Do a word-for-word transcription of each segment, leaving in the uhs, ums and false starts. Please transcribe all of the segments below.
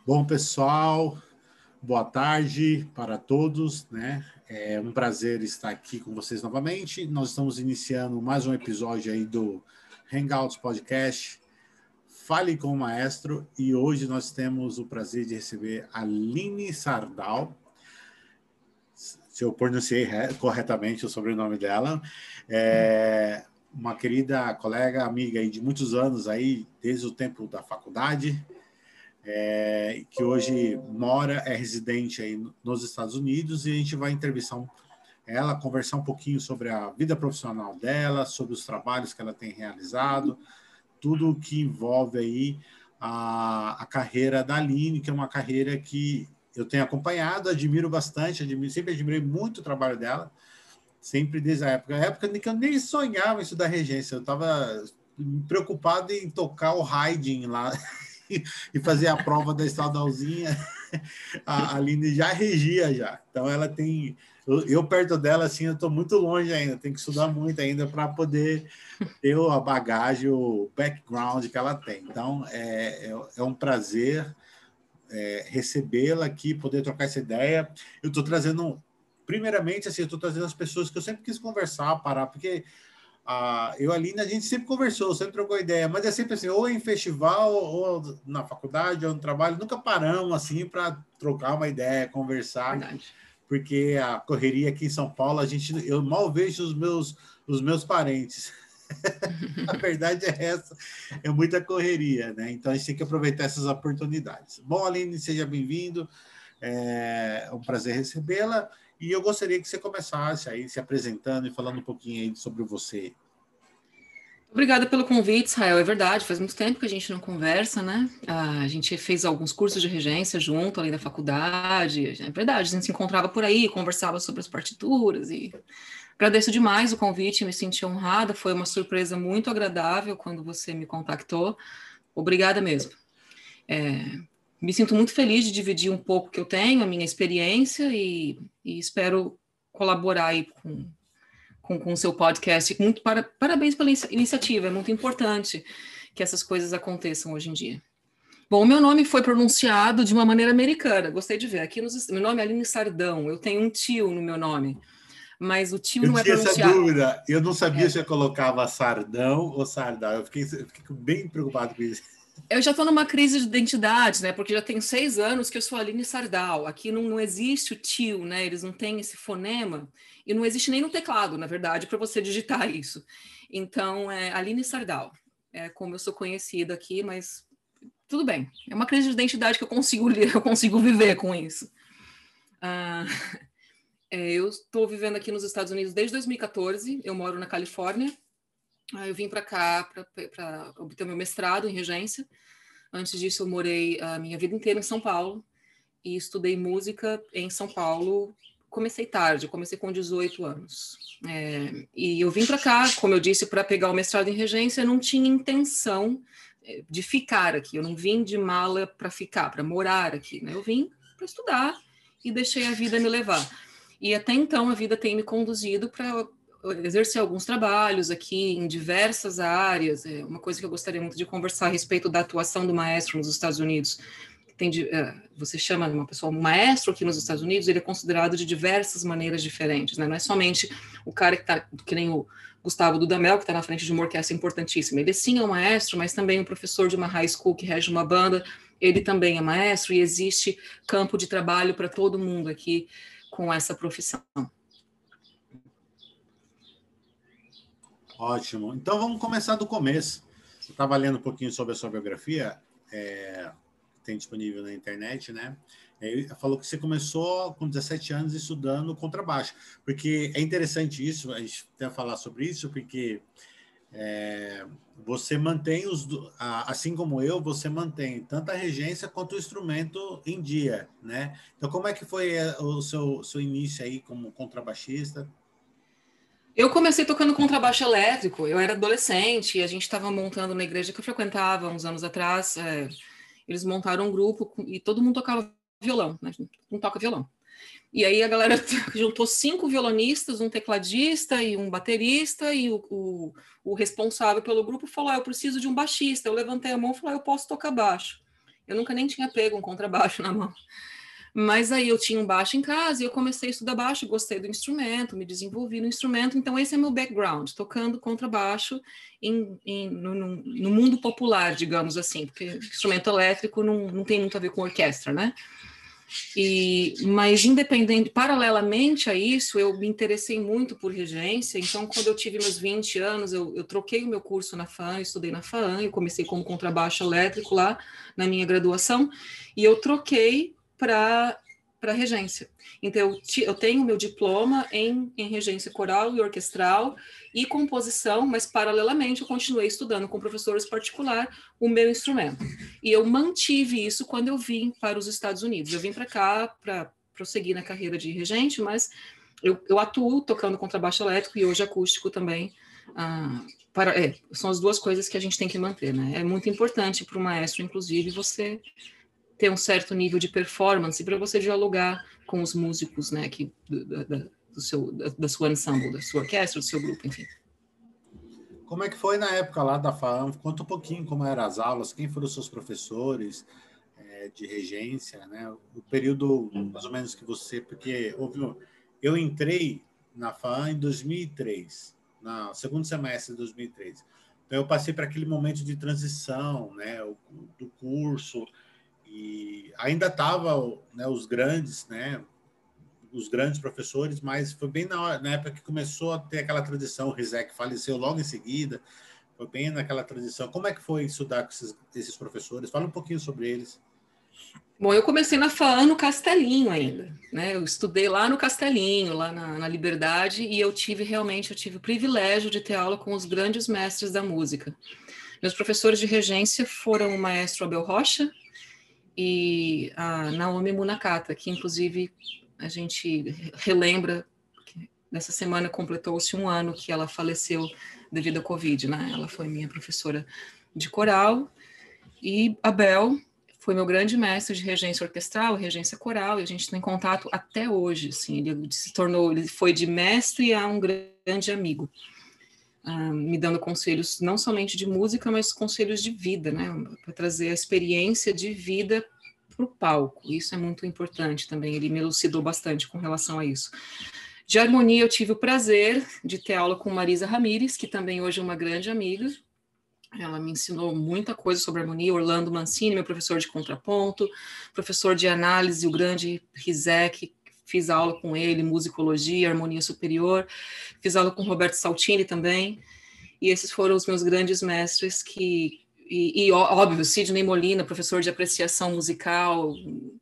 Bom, pessoal, boa tarde para todos, né? É um prazer estar aqui com vocês novamente. Nós estamos iniciando mais um episódio aí do Hangouts Podcast, Fale com o Maestro, e hoje nós temos o prazer de receber a Aline Sardal, se eu pronunciei corretamente o sobrenome dela, é uma querida colega, amiga aí de muitos anos aí, desde o tempo da faculdade, É, que hoje mora, é residente aí nos Estados Unidos, e a gente vai entrevistar um, ela, conversar um pouquinho sobre a vida profissional dela, sobre os trabalhos que ela tem realizado, tudo o que envolve aí a, a carreira da Aline, que é uma carreira que eu tenho acompanhado, admiro bastante, admiro, sempre admirei muito o trabalho dela, sempre desde a época, a época que eu nem sonhava em estudar regência, eu estava preocupado em tocar o Haydn lá, e fazer a prova da estadalzinha, a Aline já regia já. Então ela tem, eu, eu perto dela assim, eu estou muito longe ainda, tenho que estudar muito ainda para poder ter a bagagem, o background que ela tem. Então é, é, é um prazer é, recebê-la aqui, poder trocar essa ideia. Eu estou trazendo, primeiramente assim, eu estou trazendo as pessoas que eu sempre quis conversar, parar, porque Ah, eu e a Aline, a gente sempre conversou, sempre trocou ideia, mas é sempre assim, ou em festival, ou na faculdade, ou no trabalho, nunca paramos assim para trocar uma ideia, conversar, Verdade. Porque a correria aqui em São Paulo, a gente, eu mal vejo os meus, os meus parentes. A verdade é essa, é muita correria, né? Então a gente tem que aproveitar essas oportunidades. Bom, Aline, seja bem-vindo, é um prazer recebê-la. E eu gostaria que você começasse aí se apresentando e falando um pouquinho aí sobre você. Obrigada pelo convite, Israel. É verdade, faz muito tempo que a gente não conversa, né? A gente fez alguns cursos de regência junto, além da faculdade. É verdade, a gente se encontrava por aí, conversava sobre as partituras e agradeço demais o convite, me senti honrada. Foi uma surpresa muito agradável quando você me contactou. Obrigada mesmo. É, me sinto muito feliz de dividir um pouco que eu tenho, a minha experiência e, e espero colaborar aí com com o seu podcast. Muito para, parabéns pela iniciativa, é muito importante que essas coisas aconteçam hoje em dia. Bom, o meu nome foi pronunciado de uma maneira americana, gostei de ver. Aqui nos, meu nome é Aline Sardão, eu tenho um tio no meu nome, mas o tio Eu não é tinha essa pronunciado. dúvida, eu não sabia É. se eu colocava Sardão ou Sardal, eu fiquei, eu fiquei bem preocupado com isso. Eu já estou numa crise de identidade, né? Porque já tem seis anos que eu sou Aline Sardal. Aqui não, não existe o tio, né? Eles não têm esse fonema e não existe nem no teclado, na verdade, para você digitar isso. Então, é Aline Sardal. É como eu sou conhecida aqui, mas tudo bem. É uma crise de identidade que eu consigo eu consigo viver com isso. Ah, é, eu estou vivendo aqui nos Estados Unidos desde dois mil e quatorze. Eu moro na Califórnia. Eu vim para cá para obter meu mestrado em regência. Antes disso, eu morei a minha vida inteira em São Paulo e estudei música em São Paulo. Comecei tarde, comecei com dezoito anos. É, e eu vim para cá, como eu disse, para pegar o mestrado em regência. Eu não tinha intenção de ficar aqui. Eu não vim de mala para ficar, para morar aqui. Né? Eu vim para estudar e deixei a vida me levar. E até então a vida tem me conduzido para exercer alguns trabalhos aqui em diversas áreas. É uma coisa que eu gostaria muito de conversar a respeito da atuação do maestro nos Estados Unidos. Tem de, uh, você chama uma pessoa um maestro aqui nos Estados Unidos, ele é considerado de diversas maneiras diferentes, né? Não é somente o cara que está, que nem o Gustavo Dudamel, que está na frente de uma orquestra importantíssima. Ele sim é um maestro, mas também um professor de uma high school que rege uma banda, ele também é maestro, e existe campo de trabalho para todo mundo aqui com essa profissão. Ótimo. Então vamos começar do começo. Eu estava lendo um pouquinho sobre a sua biografia, é, tem disponível na internet, né? Ele falou que você começou com dezessete anos estudando contrabaixo, porque é interessante isso, a gente até falar sobre isso, porque é, você mantém os, assim como eu, você mantém tanto a regência quanto o instrumento em dia, né? Então, como é que foi o seu, seu início aí como contrabaixista? Eu comecei tocando contrabaixo elétrico, eu era adolescente e a gente estava montando na igreja que eu frequentava uns anos atrás, é, eles montaram um grupo e todo mundo tocava violão, né? Não toca violão. E aí a galera juntou cinco violonistas, um tecladista e um baterista, e o, o, o responsável pelo grupo falou, ah, eu preciso de um baixista. Eu levantei a mão e falei, ah, eu posso tocar baixo. Eu nunca nem tinha pego um contrabaixo na mão. Mas aí eu tinha um baixo em casa e eu comecei a estudar baixo, gostei do instrumento, me desenvolvi no instrumento, então esse é meu background, tocando contrabaixo em, em, no, no mundo popular, digamos assim, porque instrumento elétrico não, não tem muito a ver com orquestra, né? E, mas independente, paralelamente a isso, eu me interessei muito por regência, então quando eu tive meus vinte anos, eu, eu troquei o meu curso na FAAN, estudei na FAAN, eu comecei como contrabaixo elétrico lá na minha graduação, e eu troquei para para regência. Então, eu, ti, eu tenho meu diploma em, em regência coral e orquestral e composição, mas, paralelamente, eu continuei estudando com professores particulares o meu instrumento. E eu mantive isso quando eu vim para os Estados Unidos. Eu vim para cá para prosseguir na carreira de regente, mas eu, eu atuo tocando contrabaixo elétrico e hoje acústico também. Ah, para, é, são as duas coisas que a gente tem que manter, né? É muito importante para o maestro, inclusive, você ter um certo nível de performance para você dialogar com os músicos, né, que, da, da, do seu, da, da sua ensemble, da sua orquestra, do seu grupo, enfim. Como é que foi na época lá da FAAN? Conta um pouquinho como eram as aulas, quem foram os seus professores é, de regência, né? O período mais ou menos que você... Porque houve, eu entrei na FAAN em dois mil e três, no segundo semestre de dois mil e três. Então eu passei para aquele momento de transição, né, o, do curso... E ainda estava, né, os grandes, né, os grandes professores, mas foi bem na, hora, na época que começou a ter aquela tradição. O Rizek faleceu logo em seguida, foi bem naquela tradição. Como é que foi estudar com esses, esses professores? Fala um pouquinho sobre eles. Bom, eu comecei na FAAN no Castelinho ainda, né? Eu estudei lá no Castelinho, lá na, na Liberdade, e eu tive realmente, eu tive o privilégio de ter aula com os grandes mestres da música. Meus professores de regência foram o maestro Abel Rocha, e a Naomi Munakata, que inclusive a gente relembra que nessa semana completou-se um ano que ela faleceu devido à Covid, né? Ela foi minha professora de coral, e Abel foi meu grande mestre de regência orquestral, regência coral, e a gente tem contato até hoje, assim, ele se tornou, ele foi de mestre a um grande amigo, uh, me dando conselhos não somente de música, mas conselhos de vida, né, para trazer a experiência de vida para o palco. Isso é muito importante também, ele me elucidou bastante com relação a isso. De harmonia, eu tive o prazer de ter aula com Marisa Ramírez, que também hoje é uma grande amiga. Ela me ensinou muita coisa sobre harmonia. Orlando Mancini, meu professor de contraponto, professor de análise, o grande Rizek, fiz aula com ele, musicologia, harmonia superior, fiz aula com Roberto Saltini também, e esses foram os meus grandes mestres que, e, e óbvio, Sidney Molina, professor de apreciação musical,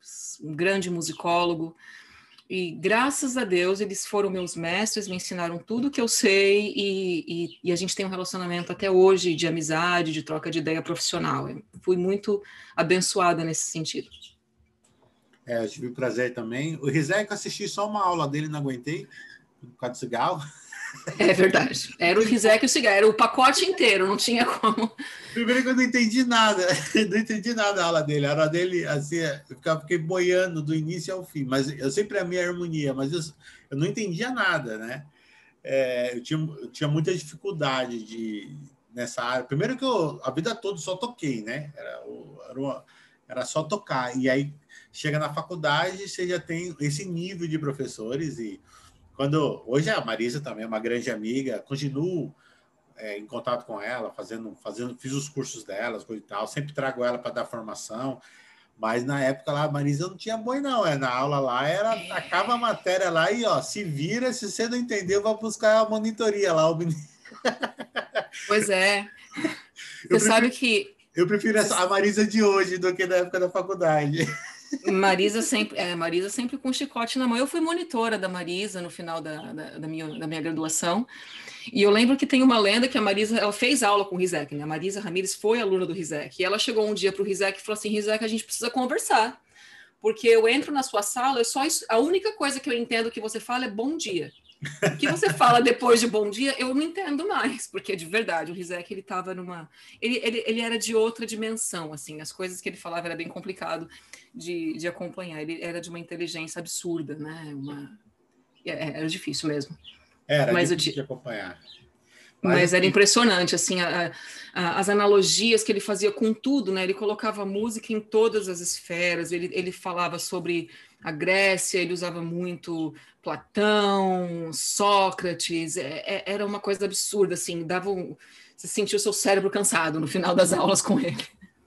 um grande musicólogo, e graças a Deus eles foram meus mestres, me ensinaram tudo que eu sei, e, e, e a gente tem um relacionamento até hoje de amizade, de troca de ideia profissional. Eu fui muito abençoada nesse sentido. É, eu tive o prazer também. O Rizek, eu assisti só uma aula dele, não aguentei, por causa do cigarro. É verdade. Era o Rizek e o cigarro, era o pacote inteiro, não tinha como. Primeiro que eu não entendi nada, não entendi nada da aula dele. A aula dele, assim, eu ficava, fiquei boiando do início ao fim, mas eu sempre amei a harmonia, mas eu, eu não entendia nada, né? É, eu, tinha, eu tinha muita dificuldade de, nessa área. Primeiro que eu, a vida toda, só toquei, né? Era, era, uma, era só tocar. E aí, chega na faculdade, você já tem esse nível de professores. E quando hoje a Marisa também é uma grande amiga, continuo é, em contato com ela, fazendo, fazendo, fiz os cursos delas, coisa e tal, sempre trago ela para dar formação, mas na época lá a Marisa não tinha boi não, é, na aula lá era, tacava a matéria lá e ó, se vira, se você não entendeu, vai buscar a monitoria lá. O menino. Pois é, você prefiro, sabe que... Eu prefiro essa, a Marisa de hoje do que da época da faculdade. Marisa sempre, é, Marisa sempre com chicote na mão. Eu fui monitora da Marisa no final da, da, da, minha, da minha graduação, e eu lembro que tem uma lenda que a Marisa, ela fez aula com o Rizek, né? A Marisa Ramírez foi aluna do Rizek, e ela chegou um dia para o Rizek e falou assim: Rizek, a gente precisa conversar, porque eu entro na sua sala, eu só, a única coisa que eu entendo que você fala é bom dia. O que você fala depois de bom dia, eu não entendo mais, porque de verdade, o Rizek, ele estava numa... Ele, ele, ele era de outra dimensão, assim, as coisas que ele falava era bem complicado de, de acompanhar, ele era de uma inteligência absurda, né, uma... Era difícil mesmo. Era Mas difícil eu de acompanhar. Mas, Mas era impressionante, assim, a, a, as analogias que ele fazia com tudo, né? Ele colocava música em todas as esferas, ele, ele falava sobre a Grécia, ele usava muito Platão, Sócrates, é, é, era uma coisa absurda, assim, dava um, você sentia o seu cérebro cansado no final das aulas com ele.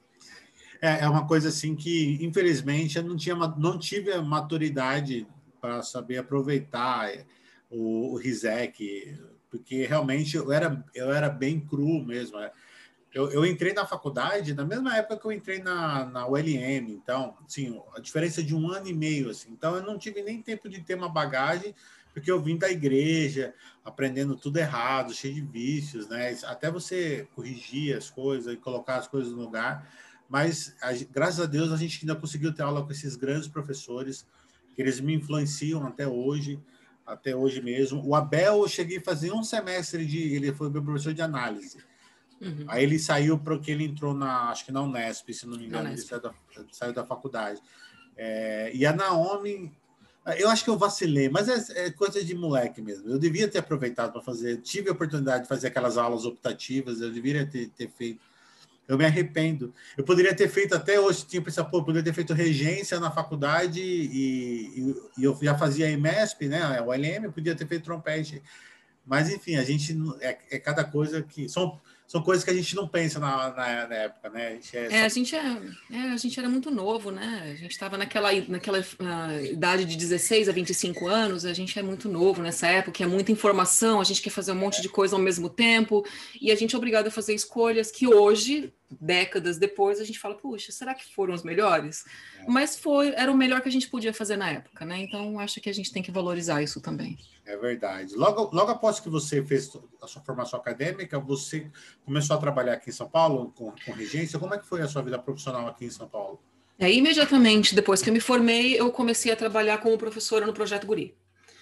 É, é uma coisa assim que, infelizmente, eu não, tinha, não tive a maturidade para saber aproveitar o, o Rizek, porque realmente eu era, eu era bem cru mesmo. Eu, eu entrei na faculdade na mesma época que eu entrei na, na U L M, então, assim, a diferença de um ano e meio, assim, então eu não tive nem tempo de ter uma bagagem, porque eu vim da igreja, aprendendo tudo errado, cheio de vícios, né? Até você corrigir as coisas e colocar as coisas no lugar, mas a, graças a Deus a gente ainda conseguiu ter aula com esses grandes professores, que eles me influenciam até hoje, até hoje mesmo. O Abel, eu cheguei a fazer um semestre de... Ele foi meu professor de análise. Uhum. Aí ele saiu porque ele entrou na... Acho que na Unesp, se não me engano, ele saiu da, saiu da faculdade. É, e a Naomi... Eu acho que eu vacilei, mas é, é coisa de moleque mesmo. Eu devia ter aproveitado para fazer... Tive a oportunidade de fazer aquelas aulas optativas, eu deveria ter, ter feito. Eu me arrependo. Eu poderia ter feito até hoje, tinha pensado, pô, eu poderia ter feito regência na faculdade e, e, e eu já fazia a EMESP, né? O L M, eu podia ter feito trompete. Mas, enfim, a gente é, é cada coisa que... São, são coisas que a gente não pensa na, na, na época, né? A gente, é é, só... a, gente é, é, a gente era muito novo, né? A gente estava naquela, naquela uh, idade de dezesseis a vinte e cinco anos, a gente é muito novo nessa época, é muita informação, a gente quer fazer um monte é. de coisa ao mesmo tempo, e a gente é obrigado a fazer escolhas que hoje, décadas depois, a gente fala, puxa, será que foram os melhores? É. Mas foi, era o melhor que a gente podia fazer na época, né? Então, acho que a gente tem que valorizar isso também. É verdade. Logo, logo após que você fez a sua formação acadêmica, você começou a trabalhar aqui em São Paulo com, com regência. Como é que foi a sua vida profissional aqui em São Paulo? É, imediatamente depois que eu me formei, eu comecei a trabalhar como professora no Projeto Guri.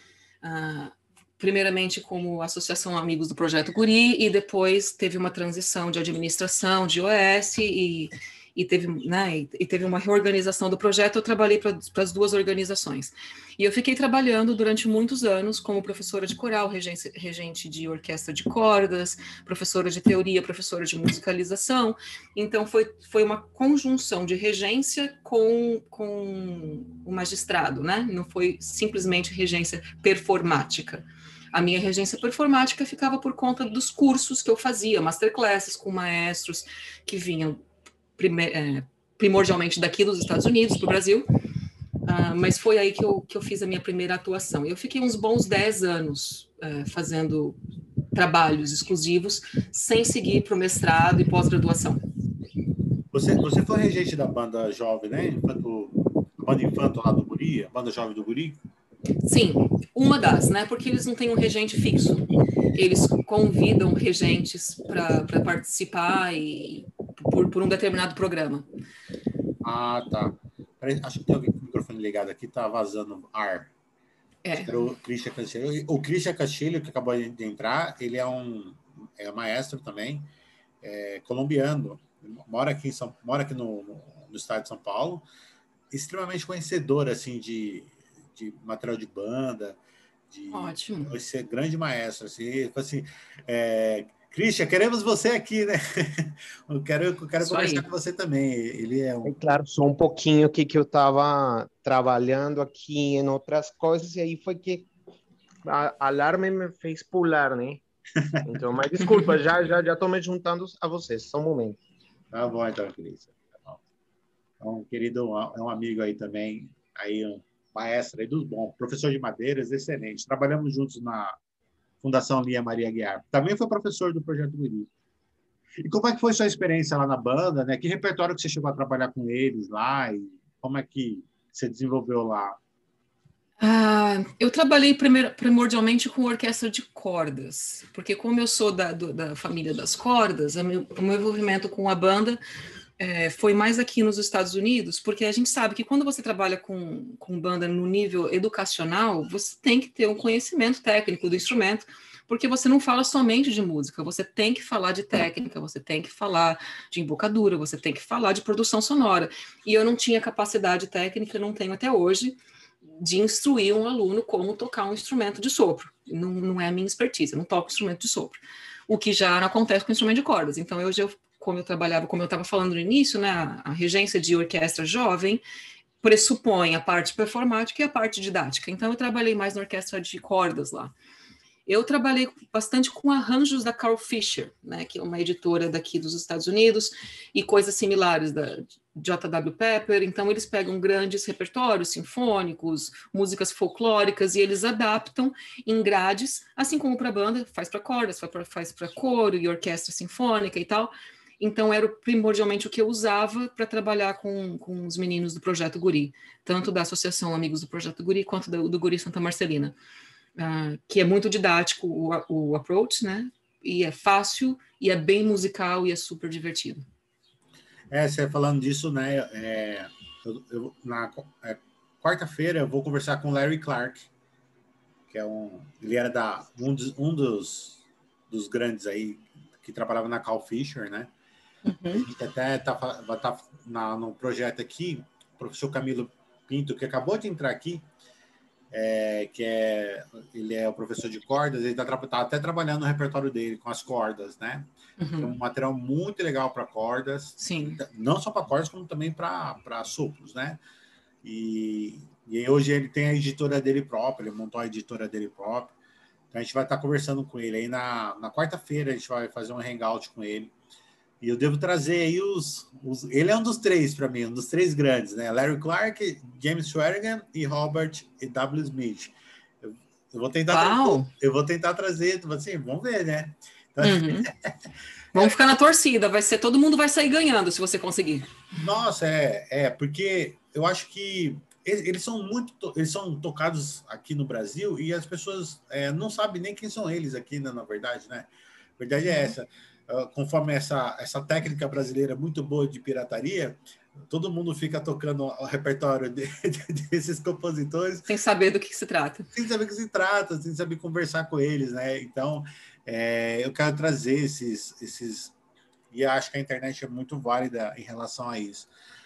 Ah, primeiramente como Associação Amigos do Projeto Guri, e depois teve uma transição de administração, de O S, e, e, teve, né, e teve uma reorganização do projeto. Eu trabalhei para as duas organizações. E eu fiquei trabalhando durante muitos anos como professora de coral, regente, regente de orquestra de cordas, professora de teoria, professora de musicalização. Então, foi, foi uma conjunção de regência com, com o magistrado, né? Não foi simplesmente regência performática. A minha regência performática ficava por conta dos cursos que eu fazia, masterclasses com maestros que vinham prime, é, primordialmente daqui dos Estados Unidos para o Brasil. Uh, mas foi aí que eu, que eu fiz a minha primeira atuação. Eu fiquei uns bons dez anos uh, fazendo trabalhos exclusivos, sem seguir para o mestrado e pós-graduação. Você, você foi regente da banda jovem, né? Infanto, a banda Infanto lá do Guri, a banda jovem do Guri? Sim, uma das, né? Porque eles não têm um regente fixo. Eles convidam regentes para participar e, por, por um determinado programa. Ah, tá. Acho que tem alguém com o microfone ligado aqui, tá vazando ar. É. Acho que era o Christian Castilho. O Christian Castilho, que acabou de entrar, ele é um é maestro também, é, colombiano. Mora aqui, em São, mora aqui no, no, no estado de São Paulo. Extremamente conhecedor, assim, de, de material de banda. De, Ótimo. Vai ser grande maestro. Assim, assim é, Christian, queremos você aqui, né? Eu quero, eu quero conversar com você também. Ele é um... É claro, só um pouquinho que, que eu estava trabalhando aqui em outras coisas e aí foi que a alarme me fez pular, né? Então, mas desculpa, já já já estou me juntando a vocês, só um momento. Tá bom, então, Christian. Tá bom. Então, querido, é um amigo aí também, aí um maestro aí dos bons, professor de madeiras, excelente. Trabalhamos juntos na Fundação Lia Maria Guiar. Também foi professor do Projeto Guri. E como é que foi sua experiência lá na banda, né? Que repertório que você chegou a trabalhar com eles lá e como é que você desenvolveu lá? Ah, eu trabalhei primeir, primordialmente com orquestra de cordas, porque como eu sou da, do, da família das cordas, o meu, o meu envolvimento com a banda é, foi mais aqui nos Estados Unidos, porque a gente sabe que quando você trabalha com, com banda no nível educacional, você tem que ter um conhecimento técnico do instrumento, porque você não fala somente de música, você tem que falar de técnica, você tem que falar de embocadura, você tem que falar de produção sonora. E eu não tinha capacidade técnica, não tenho até hoje, de instruir um aluno como tocar um instrumento de sopro. Não, não é a minha expertise, eu não toco instrumento de sopro. o que já não acontece com instrumento de cordas. Então, hoje, eu, como eu trabalhava, como eu estava falando no início, né, a, a regência de orquestra jovem pressupõe a parte performática e a parte didática. Então, eu trabalhei mais na orquestra de cordas lá. Eu trabalhei bastante com arranjos da Carl Fischer, né, que é uma editora daqui dos Estados Unidos, e coisas similares da J W Pepper. Então, eles pegam grandes repertórios sinfônicos, músicas folclóricas, e eles adaptam em grades, assim como para banda, faz para cordas, faz para coro e orquestra sinfônica e tal. Então, era primordialmente o que eu usava para trabalhar com, com os meninos do Projeto Guri, tanto da Associação Amigos do Projeto Guri, quanto do, do Guri Santa Marcelina. Uh, que é muito didático o, o approach, né? E é fácil, e é bem musical, e é super divertido. É, você falando disso, né? É, eu, eu, na é, quarta-feira eu vou conversar com o Larry Clark, que é um... Ele era da, um, dos, um dos, dos grandes aí, que trabalhava na Carl Fischer, né? Uhum. A gente até tá, vai estar tá na, no projeto aqui, o professor Camilo Pinto, que acabou de entrar aqui, É, que é, ele é o professor de cordas, ele está tá até trabalhando no repertório dele com as cordas, né? Uhum. É um material muito legal para cordas, sim, não só para cordas, como também para sopros, né? E, e hoje ele tem a editora dele própria, ele montou a editora dele própria, então a gente vai estar tá conversando com ele aí na, na quarta-feira, a gente vai fazer um hangout com ele. E eu devo trazer aí os... os ele é um dos três, para mim, um dos três grandes, né? Larry Clark, James Swearingen e Robert e W. Smith. Eu, eu, vou tentar trazer, eu vou tentar trazer, assim, vamos ver, né? Então, uhum. Vamos ficar na torcida, vai ser, todo mundo vai sair ganhando se você conseguir. Nossa, é, é porque eu acho que eles são muito, eles são tocados aqui no Brasil e as pessoas é, não sabem nem quem são eles aqui, né, na verdade, né? A verdade é essa. Conforme essa, essa técnica brasileira muito boa de pirataria, todo mundo fica tocando o repertório de, de, desses compositores. Sem saber do que se trata. Sem saber do que se trata, sem saber conversar com eles, né? Então, é, eu quero trazer esses, esses... E acho que a internet é muito válida em relação a isso.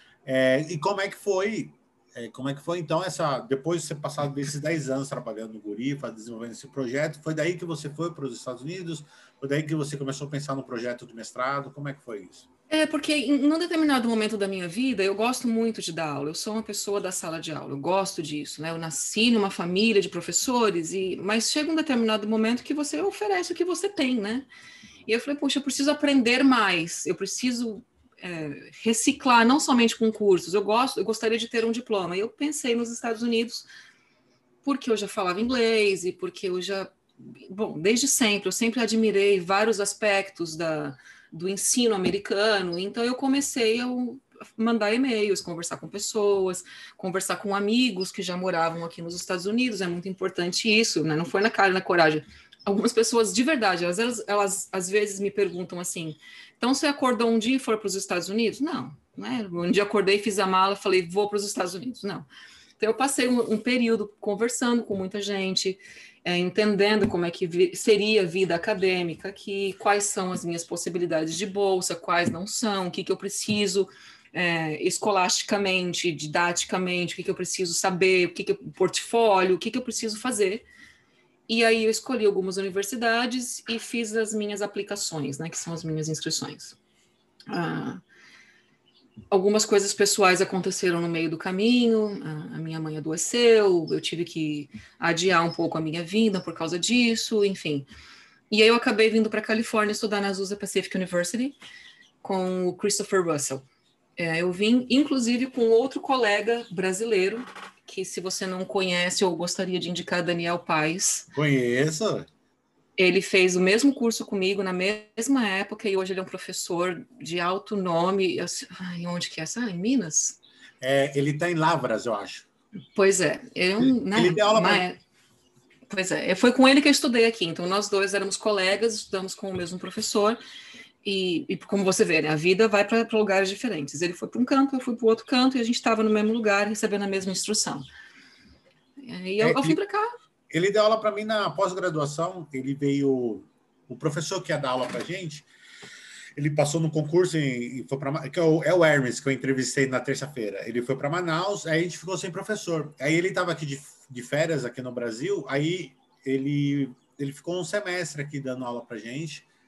É, e como é que foi... É, como é que foi, então, essa... Depois de você passar desses dez anos trabalhando no Guri, desenvolvendo esse projeto, foi daí que você foi para os Estados Unidos? Foi daí que você começou a pensar no projeto de mestrado? Como é que foi isso? É, porque em um determinado momento da minha vida, eu gosto muito de dar aula. Eu sou uma pessoa da sala de aula, eu gosto disso, né? Eu nasci numa família de professores, e mas chega um determinado momento que você oferece o que você tem, né? E eu falei, poxa, eu preciso aprender mais, eu preciso... É, reciclar, não somente com cursos, eu gosto, eu gostaria de ter um diploma. E eu pensei nos Estados Unidos, porque eu já falava inglês e porque eu já, bom, desde sempre, eu sempre admirei vários aspectos da, do ensino americano, então eu comecei a mandar e-mails, conversar com pessoas, conversar com amigos que já moravam aqui nos Estados Unidos, é muito importante isso, né? Não foi na cara e na coragem. Algumas pessoas, de verdade, elas, elas, elas às vezes me perguntam assim, então você acordou um dia e foi para os Estados Unidos? Não, né? Um dia acordei, fiz a mala, falei, vou para os Estados Unidos. Não. Então eu passei um, um período conversando com muita gente, é, entendendo como é que vi, seria a vida acadêmica aqui, quais são as minhas possibilidades de bolsa, quais não são, o que, que eu preciso é, escolasticamente, didaticamente, o que, que eu preciso saber, o que, que eu, portfólio, o que, que eu preciso fazer. E aí eu escolhi algumas universidades e fiz as minhas aplicações, né, que são as minhas inscrições. Ah, algumas coisas pessoais aconteceram no meio do caminho, a, a minha mãe adoeceu, eu tive que adiar um pouco a minha vinda por causa disso, enfim. E aí eu acabei vindo para a Califórnia estudar na Azusa Pacific University com o Christopher Russell. É, eu vim, inclusive, com outro colega brasileiro, que se você não conhece, eu gostaria de indicar Daniel Paes. Conheço. Ele fez o mesmo curso comigo na mesma época e hoje ele é um professor de alto nome. Eu, ai, onde que é essa? Ah, em Minas? É, ele está em Lavras, eu acho. Pois é. Ele, é um, né, ele deu aula mas, pra... Pois é, foi com ele que eu estudei aqui. Então, nós dois éramos colegas, estudamos com o mesmo professor. E, e como você vê, né, a vida vai para lugares diferentes. Ele foi para um canto, eu fui para o outro canto, e a gente estava no mesmo lugar, recebendo a mesma instrução. E eu, é, eu vim para cá. Ele deu aula para mim na pós-graduação. Ele veio... O professor que ia dar aula para a gente, ele passou no concurso e, e foi para... Que é o, é o Hermes, que eu entrevistei na terça-feira. Ele foi para Manaus, aí a gente ficou sem professor. Aí ele estava aqui de, de férias, aqui no Brasil, aí ele, ele ficou um semestre aqui dando aula para a gente.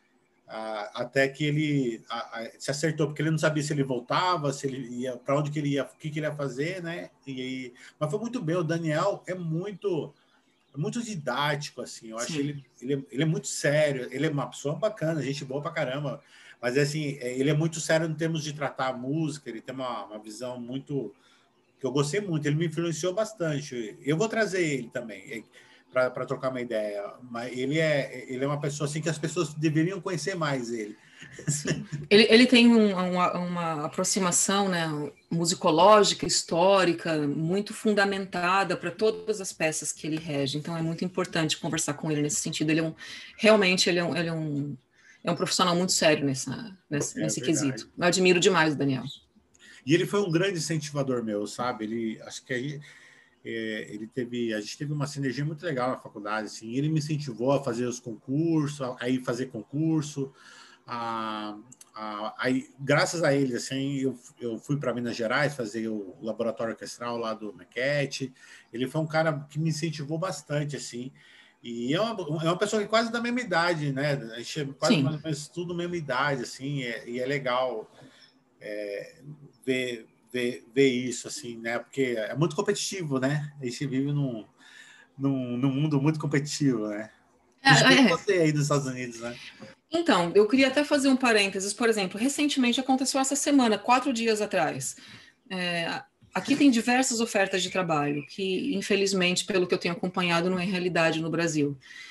ah, até que ele ah, ah, se acertou, porque ele não sabia se ele voltava, se ele ia, para onde que ele ia, o que, que ele ia fazer, né? E aí, mas foi muito bem. O Daniel é muito, é muito didático, assim. Eu acho ele, ele, é, ele é muito sério. Ele é uma pessoa bacana, gente boa pra caramba. Mas assim, ele é muito sério em termos de tratar a música. Ele tem uma, uma visão muito que eu gostei muito. Ele me influenciou bastante. Eu vou trazer ele também para trocar uma ideia, mas ele é, ele é uma pessoa assim que as pessoas deveriam conhecer mais ele. Sim. Ele, ele tem um, uma, uma aproximação, né, musicológica, histórica, muito fundamentada para todas as peças que ele rege, então é muito importante conversar com ele nesse sentido. Ele é um, realmente ele é um, ele é um, é um profissional muito sério nessa, nesse, é nesse quesito. Eu admiro demais o Daniel. E ele foi um grande incentivador meu, sabe? Ele, acho que aí É, ele teve, a gente teve uma sinergia muito legal na faculdade, assim, ele me incentivou a fazer os concursos, a ir fazer concurso, a, a, aí, graças a ele, assim, eu, eu fui para Minas Gerais fazer o laboratório orquestral lá do Maquete. Ele foi um cara que me incentivou bastante, assim, e é uma, é uma pessoa que quase da mesma idade, né, a gente é quase mais ou menos tudo da mesma idade, assim, é, e é legal é, ver Ver, ver isso, assim, né? Porque é muito competitivo, né? A gente vive num, num, num mundo muito competitivo, né? Principalmente é, é. Você aí nos Estados Unidos, né? Então, eu queria até fazer um parênteses. Por exemplo, recentemente aconteceu essa semana, quatro dias atrás. É, aqui tem diversas ofertas de trabalho, que, infelizmente, pelo que eu tenho acompanhado, não é realidade no Brasil.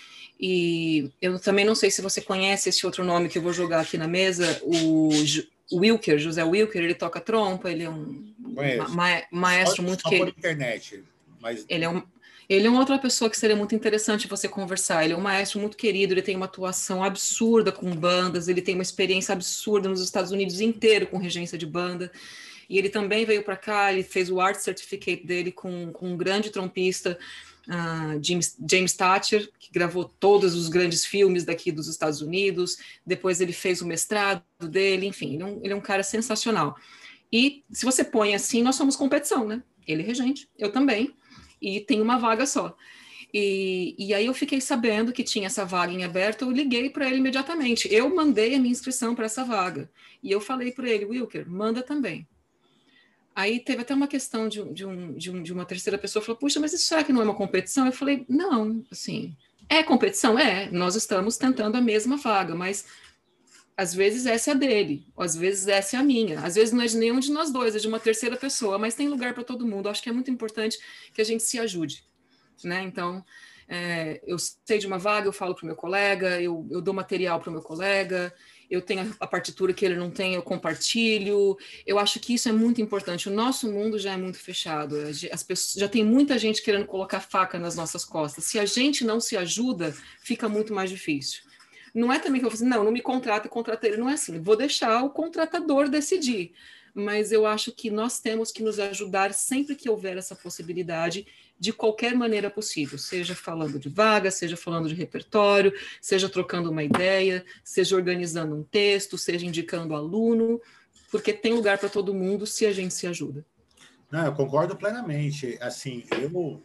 E eu também não sei se você conhece esse outro nome que eu vou jogar aqui na mesa, o Wilker, José Wilker. Ele toca trompa, ele é um ma maestro só, muito só querido. Por internet, mas... Ele é, um, ele é uma outra pessoa que seria muito interessante você conversar. Ele é um maestro muito querido, ele tem uma atuação absurda com bandas, ele tem uma experiência absurda nos Estados Unidos inteiro com regência de banda. E ele também veio para cá, ele fez o Art Certificate dele com, com um grande trompista, Uh, James, James Thatcher, que gravou todos os grandes filmes daqui dos Estados Unidos. Depois ele fez o mestrado dele, enfim, ele é um, ele é um cara sensacional. E se você põe assim, nós somos competição, né? Ele é regente, eu também, e tem uma vaga só. E, e aí eu fiquei sabendo que tinha essa vaga em aberto, eu liguei para ele imediatamente. Eu mandei a minha inscrição para essa vaga. E eu falei para ele, Wilker, manda também. Aí teve até uma questão de, de, um, de, um, de uma terceira pessoa, falou, puxa, mas isso será que não é uma competição? Eu falei, não, assim, é competição? É, nós estamos tentando a mesma vaga, mas às vezes essa é a dele, às vezes essa é a minha, às vezes não é de nenhum de nós dois, é de uma terceira pessoa, mas tem lugar para todo mundo. Acho que é muito importante que a gente se ajude, né? Então, é, eu sei de uma vaga, eu falo para o meu colega, eu, eu dou material para o meu colega, eu tenho a partitura que ele não tem, eu compartilho. Eu acho que isso é muito importante. O nosso mundo já é muito fechado. As pessoas, já tem muita gente querendo colocar faca nas nossas costas. Se a gente não se ajuda, fica muito mais difícil. Não é também que eu vou assim, não, não me contrata e contrata ele. Não é assim. Vou deixar o contratador decidir. Mas eu acho que nós temos que nos ajudar sempre que houver essa possibilidade, de qualquer maneira possível, seja falando de vaga, seja falando de repertório, seja trocando uma ideia, seja organizando um texto, seja indicando aluno, porque tem lugar para todo mundo se a gente se ajuda. Não, eu concordo plenamente. Assim, eu,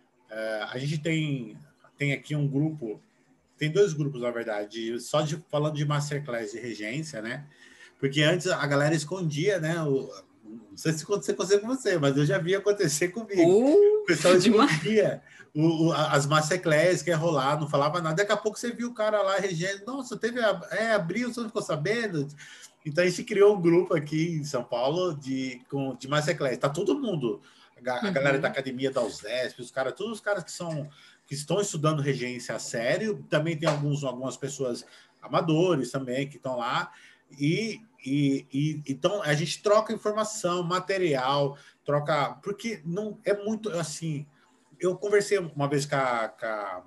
é, a gente tem, tem aqui um grupo, tem dois grupos, na verdade, só de, falando de masterclass de regência, né? Porque antes a galera escondia, né? O, não sei se aconteceu com você, mas eu já vi acontecer comigo. Uh, o pessoal escondia o, o, as masterclass que ia rolar, não falava nada. Daqui a pouco você viu o cara lá regendo. Nossa, teve a, é, abriu, você não ficou sabendo? Então a gente criou um grupo aqui em São Paulo de, com, de masterclass. Tá todo mundo, a, a uhum. galera da academia da U S E S P, os caras, todos os caras que são que estão estudando regência a sério. Também tem alguns, algumas pessoas amadores também que estão lá. E, e, e então a gente troca informação, material, troca, porque não é muito assim. Eu conversei uma vez com a, com a,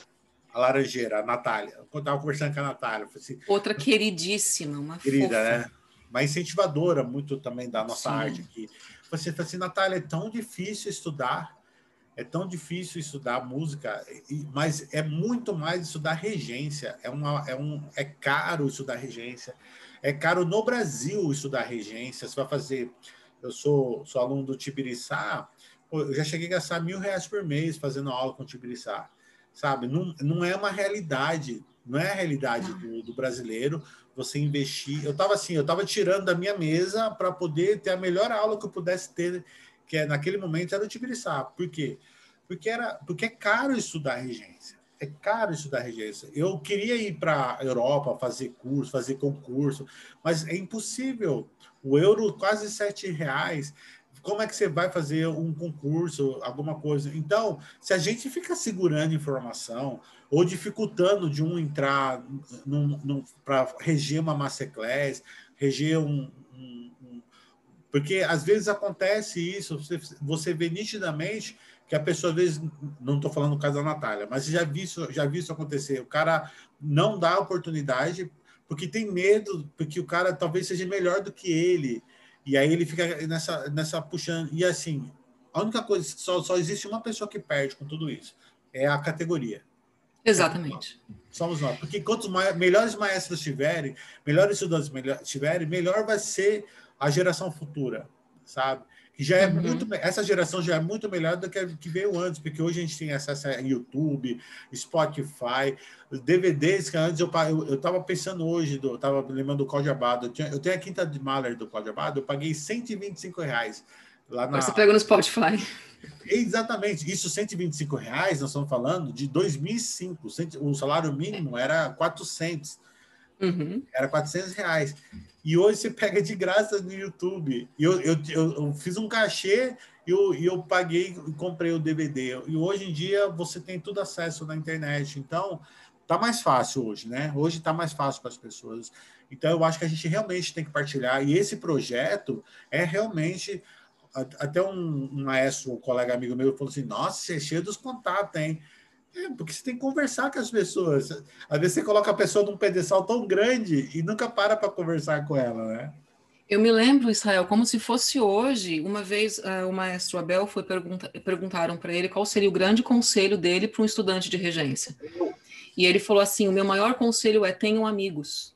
a Laranjeira, a Natália, quando eu estava conversando com a Natália. Assim, outra queridíssima, uma querida, fofa. Né? Uma incentivadora muito também da nossa Sim. arte aqui. Você falou assim, Natália, é tão difícil estudar, é tão difícil estudar música, mas é muito mais estudar regência. É, uma, é, um, é caro estudar regência. É caro no Brasil estudar regência. Você vai fazer... Eu sou, sou aluno do Tibiriçá, eu já cheguei a gastar mil reais por mês fazendo aula com o Tibiriçá. Sabe? Não, não é uma realidade não é a realidade do, do brasileiro você investir. Eu estava assim, eu estava tirando da minha mesa para poder ter a melhor aula que eu pudesse ter, que é, naquele momento era o Tibiriçá. Por quê? Porque, era, porque é caro estudar regência. É caro estudar regência. Eu queria ir para a Europa, fazer curso, fazer concurso, mas é impossível. O euro quase sete reais. Como é que você vai fazer um concurso, alguma coisa? Então, se a gente fica segurando informação ou dificultando de um entrar para reger uma masterclass, reger um, um, um... Porque, às vezes, acontece isso, você, você vê nitidamente que a pessoa, às vezes, não estou falando no caso da Natália, mas já vi, isso, já vi isso acontecer. O cara não dá oportunidade porque tem medo, porque o cara talvez seja melhor do que ele. E aí ele fica nessa, nessa puxando. E assim, a única coisa, só, só existe uma pessoa que perde com tudo isso. É a categoria. Exatamente. É, somos nós. Porque quantos mais, melhores maestros tiverem, melhores estudantes melhor, tiverem, melhor vai ser a geração futura, sabe? Que já é uhum. muito, essa geração já é muito melhor do que a que veio antes, porque hoje a gente tem acesso a YouTube, Spotify, D V Ds que antes eu eu estava pensando hoje, eu estava lembrando do Cláudio Abbado, eu, tinha, eu tenho a quinta de Mahler do Cláudio Abbado, eu paguei cento e vinte e cinco reais lá na. Você pega no Spotify. Exatamente, isso cento e vinte e cinco reais, nós estamos falando de dois mil e cinco, o salário mínimo era quatrocentos, uhum. era quatrocentos reais. E hoje você pega de graça no YouTube. E eu, eu, eu, eu fiz um cachê e eu, eu paguei e comprei o D V D. E hoje em dia você tem tudo acesso na internet. Então, tá mais fácil hoje, né? Hoje tá mais fácil para as pessoas. Então, eu acho que a gente realmente tem que partilhar. E esse projeto é realmente... Até um, um maestro, um colega amigo meu, falou assim, nossa, você é cheio dos contatos, hein? É, porque você tem que conversar com as pessoas. Às vezes você coloca a pessoa num pedestal tão grande e nunca para para conversar com ela, né? Eu me lembro, Israel, como se fosse hoje. Uma vez uh, o maestro Abel foi pergunta perguntaram para ele qual seria o grande conselho dele para um estudante de regência. E ele falou assim, o meu maior conselho é tenham amigos.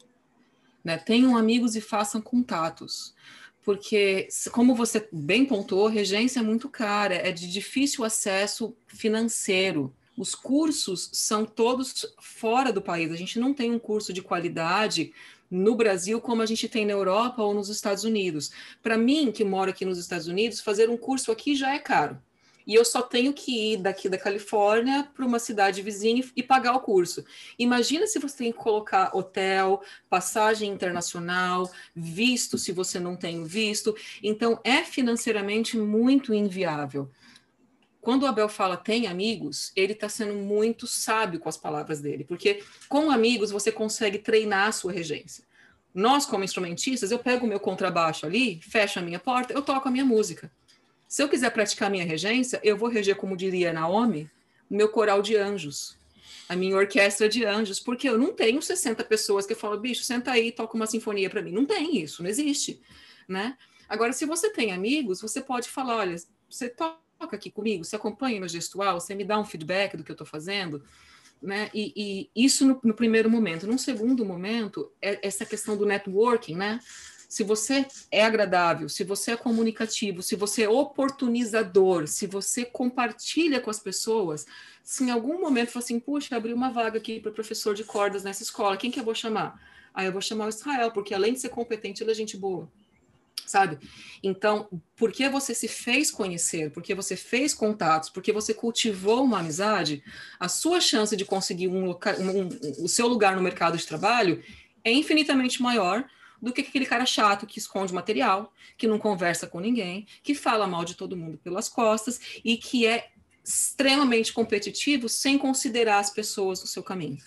Né? Tenham amigos e façam contatos. Porque, como você bem pontuou, regência é muito cara, é de difícil acesso financeiro. Os cursos são todos fora do país. A gente não tem um curso de qualidade no Brasil como a gente tem na Europa ou nos Estados Unidos. Para mim, que moro aqui nos Estados Unidos, fazer um curso aqui já é caro. E eu só tenho que ir daqui da Califórnia para uma cidade vizinha e pagar o curso. Imagina se você tem que colocar hotel, passagem internacional, visto se você não tem visto. Então, é financeiramente muito inviável. Quando o Abel fala tem amigos, ele está sendo muito sábio com as palavras dele, porque com amigos você consegue treinar a sua regência. Nós, como instrumentistas, eu pego o meu contrabaixo ali, fecho a minha porta, eu toco a minha música. Se eu quiser praticar a minha regência, eu vou reger, como diria Naomi, o meu coral de anjos, a minha orquestra de anjos, porque eu não tenho sessenta pessoas que eu falo, bicho, senta aí e toca uma sinfonia para mim. Não tem isso, não existe, né? Agora, se você tem amigos, você pode falar, olha, você toca aqui comigo, você acompanha meu gestual, você me dá um feedback do que eu estou fazendo, né? E, e isso no, no primeiro momento. Num segundo momento, é essa questão do networking, né? Se você é agradável, se você é comunicativo, se você é oportunizador, se você compartilha com as pessoas, se em algum momento for assim, puxa, abri uma vaga aqui para professor de cordas nessa escola, quem que eu vou chamar? Ah, eu vou chamar o Israel, porque além de ser competente, ele é gente boa, sabe? Então, porque você se fez conhecer, porque você fez contatos, porque você cultivou uma amizade, a sua chance de conseguir um loca- um, um, o seu lugar no mercado de trabalho é infinitamente maior do que aquele cara chato que esconde material, que não conversa com ninguém, que fala mal de todo mundo pelas costas e que é extremamente competitivo sem considerar as pessoas do seu caminho.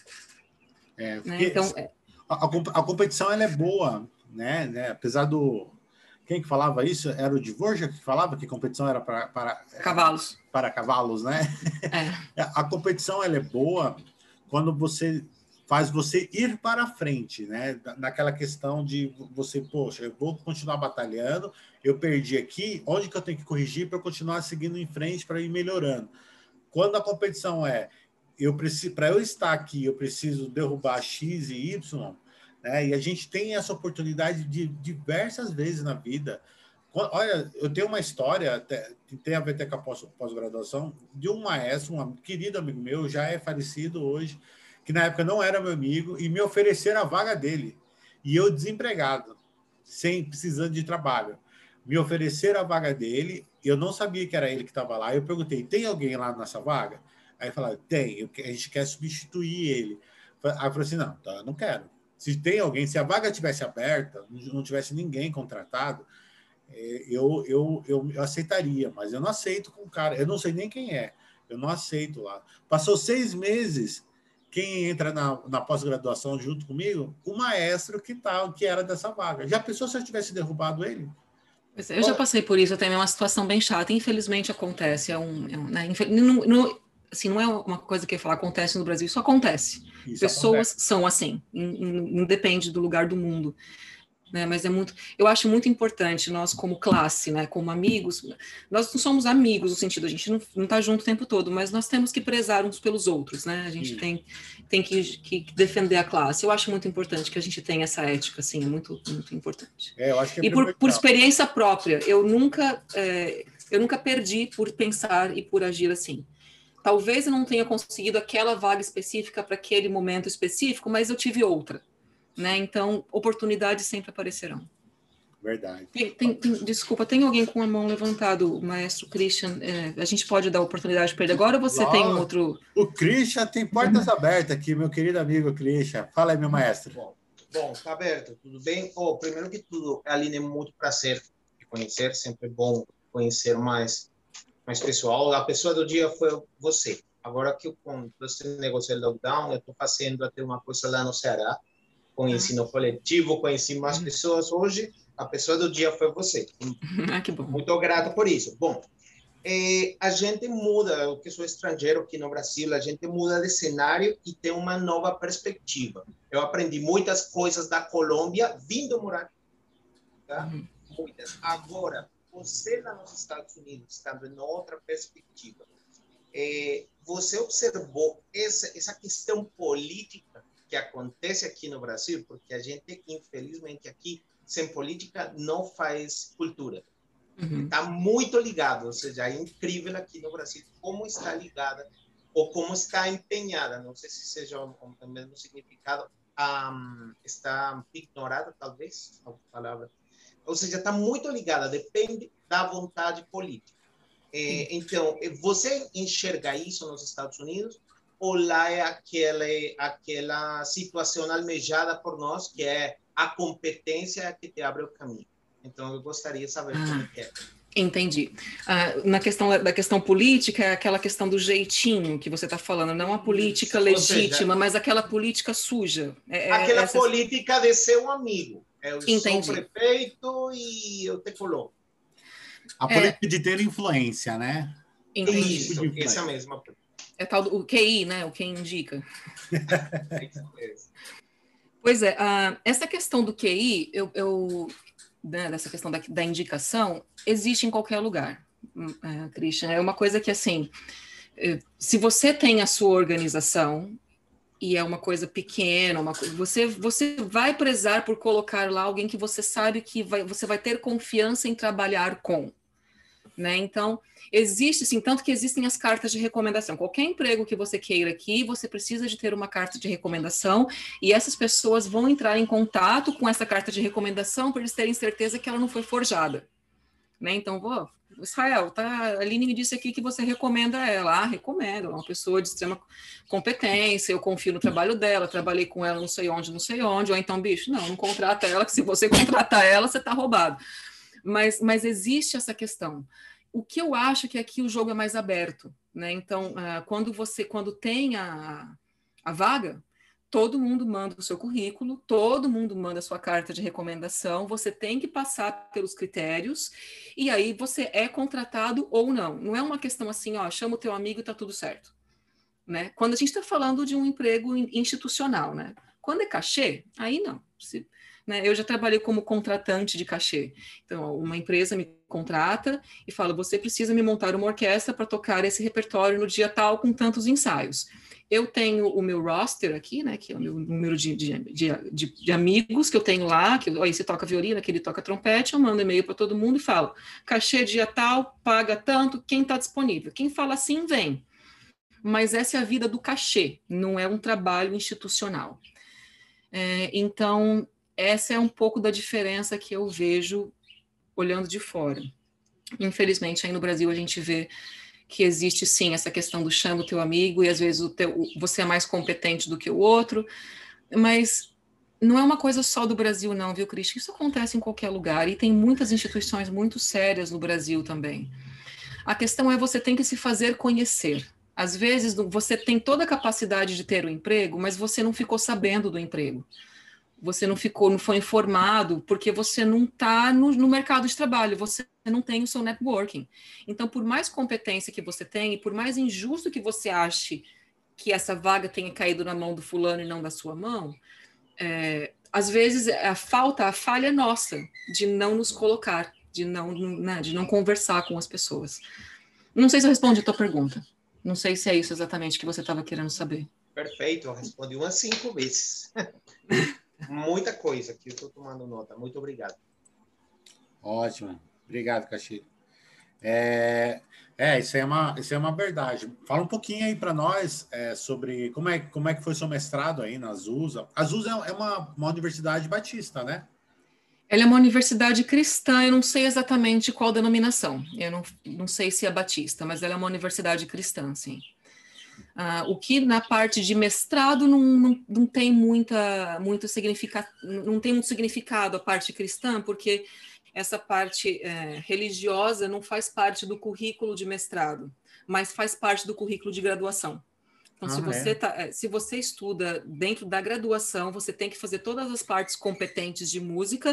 É, né? Então, a, a competição ela é boa, né? né? Apesar do... Quem que falava isso? Era o Dvorak que falava que competição era para... para cavalos. Para cavalos, né? É. A competição ela é boa quando você... faz você ir para frente, né? Naquela questão de você, poxa, eu vou continuar batalhando, eu perdi aqui, onde que eu tenho que corrigir para eu continuar seguindo em frente, para ir melhorando? Quando a competição é, eu preciso, para eu estar aqui, eu preciso derrubar X e Y, né? E a gente tem essa oportunidade de diversas vezes na vida. Olha, eu tenho uma história, tem a ver até com a pós-graduação, de um maestro, um querido amigo meu, já é falecido hoje, que na época não era meu amigo, e me ofereceram a vaga dele. E eu desempregado, sem precisando de trabalho. Me ofereceram a vaga dele, eu não sabia que era ele que estava lá. Eu perguntei, tem alguém lá nessa vaga? Aí falaram, tem, a gente quer substituir ele. Aí eu falei assim, não, tá, eu não quero. Se tem alguém, se a vaga tivesse aberta, não tivesse ninguém contratado, eu, eu, eu, eu aceitaria, mas eu não aceito com o cara, eu não sei nem quem é, eu não aceito lá. Passou seis meses, quem entra na, na pós-graduação junto comigo? O maestro que, tá, que era dessa vaga. Já pensou se eu tivesse derrubado ele? Eu já passei por isso, também é uma situação bem chata, infelizmente acontece, é um, é um né, não, não, assim, não é uma coisa que eu falar acontece no Brasil, isso acontece. Isso Pessoas acontece. São assim, independe do lugar do mundo. Né, mas é muito, eu acho muito importante nós como classe, né, como amigos, nós não somos amigos no sentido, a gente não está junto o tempo todo, mas nós temos que prezar uns pelos outros, né, a gente tem, tem que, que defender a classe. Eu acho muito importante que a gente tenha essa ética, assim, é muito, muito importante. É, eu acho que é e por, por experiência própria, eu nunca, é, eu nunca perdi por pensar e por agir assim. Talvez eu não tenha conseguido aquela vaga específica para aquele momento específico, mas eu tive outra. Né? Então, oportunidades sempre aparecerão. Verdade. Tem, tem, tem, desculpa, tem alguém com a mão levantada, o maestro Christian, é, a gente pode dar oportunidade para ele agora ou você Nossa, tem um outro... O Christian tem portas uhum. abertas aqui, meu querido amigo Christian. Fala aí, meu maestro. Bom, bom tá aberto, tudo bem? Oh, primeiro que tudo, Aline, é muito prazer te conhecer, sempre é bom conhecer mais, mais pessoal. A pessoa do dia foi você. Agora que eu com esse negócio de lockdown, eu estou fazendo até uma coisa lá no Ceará, com ensino coletivo, conheci mais pessoas. Hoje, a pessoa do dia foi você. Ah, que bom. Muito grato por isso. Bom, é, a gente muda, eu que sou estrangeiro aqui no Brasil, a gente muda de cenário e tem uma nova perspectiva. Eu aprendi muitas coisas da Colômbia vindo morar aqui. Tá? Uhum. Muitas. Agora, você lá nos Estados Unidos, estando em outra perspectiva, é, você observou essa, essa questão política que acontece aqui no Brasil, porque a gente, infelizmente, aqui, sem política, não faz cultura. Está uhum. muito ligado, ou seja, é incrível aqui no Brasil como está ligada, ou como está empenhada, não sei se seja o, o mesmo significado, um, está ignorada, talvez, a palavra. Ou seja, está muito ligada, depende da vontade política. É, então, você enxerga isso nos Estados Unidos? Ou lá é aquela, aquela situação almejada por nós, que é a competência que te abre o caminho. Então, eu gostaria de saber ah, como é. Entendi. Ah, na questão da questão política, é aquela questão do jeitinho que você está falando, não a política legítima, seja, mas aquela política suja. É, aquela essa... política de ser um amigo. Eu Entendi. sou prefeito e eu te coloco. A política é... de ter influência, né? Entendi. Isso, tipo essa mesma política. É tal do o Q I, né? O que indica. Pois é, uh, essa questão do Q I, eu, eu, né, dessa questão da, da indicação, existe em qualquer lugar, uh, Christian. É uma coisa que, assim, se você tem a sua organização e é uma coisa pequena, uma, você, você vai prezar por colocar lá alguém que você sabe que vai, você vai ter confiança em trabalhar com. Né? Então, existe, sim, tanto que existem as cartas de recomendação. Qualquer emprego que você queira aqui, você precisa de ter uma carta de recomendação e essas pessoas vão entrar em contato com essa carta de recomendação para eles terem certeza que ela não foi forjada. Né? Então, vou, Israel, tá, a Aline me disse aqui que você recomenda ela. Ah, recomendo, ela é uma pessoa de extrema competência, eu confio no trabalho dela, trabalhei com ela não sei onde, não sei onde, ou então, bicho, não, não contrata ela, que se você contratar ela, você tá roubado. Mas, mas existe essa questão. O que eu acho é que aqui o jogo é mais aberto, né? Então, uh, quando você, quando tem a, a vaga, todo mundo manda o seu currículo, todo mundo manda a sua carta de recomendação, você tem que passar pelos critérios, e aí você é contratado ou não. Não é uma questão assim, ó, chama o teu amigo e tá tudo certo. Né? Quando a gente está falando de um emprego institucional, né? Quando é cachê, aí não. Se, né? Eu já trabalhei como contratante de cachê. Então, uma empresa me contrata e fala, você precisa me montar uma orquestra para tocar esse repertório no dia tal com tantos ensaios. Eu tenho o meu roster aqui, né, que é o meu número de, de, de, de, de amigos que eu tenho lá, que ó, esse toca violino, aquele toca trompete, eu mando e-mail para todo mundo e falo, cachê dia tal, paga tanto, quem está disponível? Quem fala assim, vem. mas essa é a vida do cachê, não é um trabalho institucional. É, então, essa é um pouco da diferença que eu vejo olhando de fora. Infelizmente, aí no Brasil a gente vê que existe sim essa questão do chama o teu amigo e às vezes o teu, você é mais competente do que o outro, mas não é uma coisa só do Brasil não, viu, Cristian? Isso acontece em qualquer lugar e tem muitas instituições muito sérias no Brasil também. A questão é você tem que se fazer conhecer. Às vezes você tem toda a capacidade de ter o emprego, mas você não ficou sabendo do emprego. Você não ficou, não foi informado, porque você não está no, no mercado de trabalho, você não tem o seu networking. Então, por mais competência que você tem, e por mais injusto que você ache que essa vaga tenha caído na mão do fulano e não da sua mão, é, às vezes a falta, a falha é nossa, de não nos colocar, de não, né, de não conversar com as pessoas. Não sei se eu respondi a tua pergunta. Não sei se é isso exatamente que você estava querendo saber. Perfeito, eu respondi umas cinco vezes. Muita coisa que eu estou tomando nota. Muito obrigado. Ótimo. Obrigado, Castilho. É, é, isso é uma, isso é uma verdade. Fala um pouquinho aí para nós é, sobre como é, como é que foi seu mestrado aí na Azusa. A Azusa é uma, uma universidade batista, né? Ela é uma universidade cristã, eu não sei exatamente qual denominação. Eu não, não sei se é batista, mas ela é uma universidade cristã, sim. Uh, o que na parte de mestrado não, não, não tem muita, muito significado, não tem muito significado a parte cristã, porque essa parte é, religiosa não faz parte do currículo de mestrado, mas faz parte do currículo de graduação. Então, ah, se, você é. tá, se você estuda dentro da graduação, você tem que fazer todas as partes competentes de música,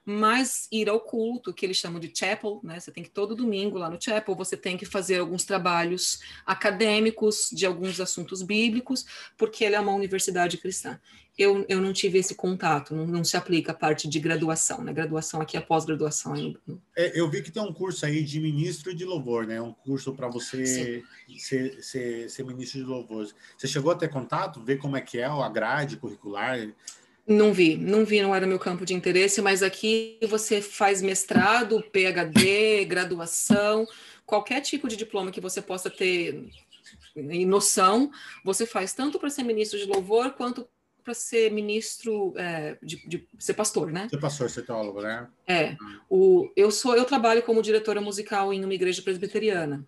mas ir ao culto, que eles chamam de chapel, né? Você tem que todo domingo lá no chapel, você tem que fazer alguns trabalhos acadêmicos de alguns assuntos bíblicos, porque ele é uma universidade cristã. Eu, eu não tive esse contato, não, não se aplica a parte de graduação, né? Graduação aqui é pós-graduação. É, eu vi que tem um curso aí de ministro de louvor, né? Um curso para você ser, ser, ser ministro de louvor. Você chegou a ter contato, ver como é que é a grade curricular? Não vi, não vi, não era meu campo de interesse, mas aqui você faz mestrado, P H D, graduação, qualquer tipo de diploma que você possa ter em noção, você faz tanto para ser ministro de louvor, quanto para ser ministro, é, de, de ser pastor, né? Ser pastor, ser teólogo, né? É, o, eu, sou, eu trabalho como diretora musical em uma igreja presbiteriana.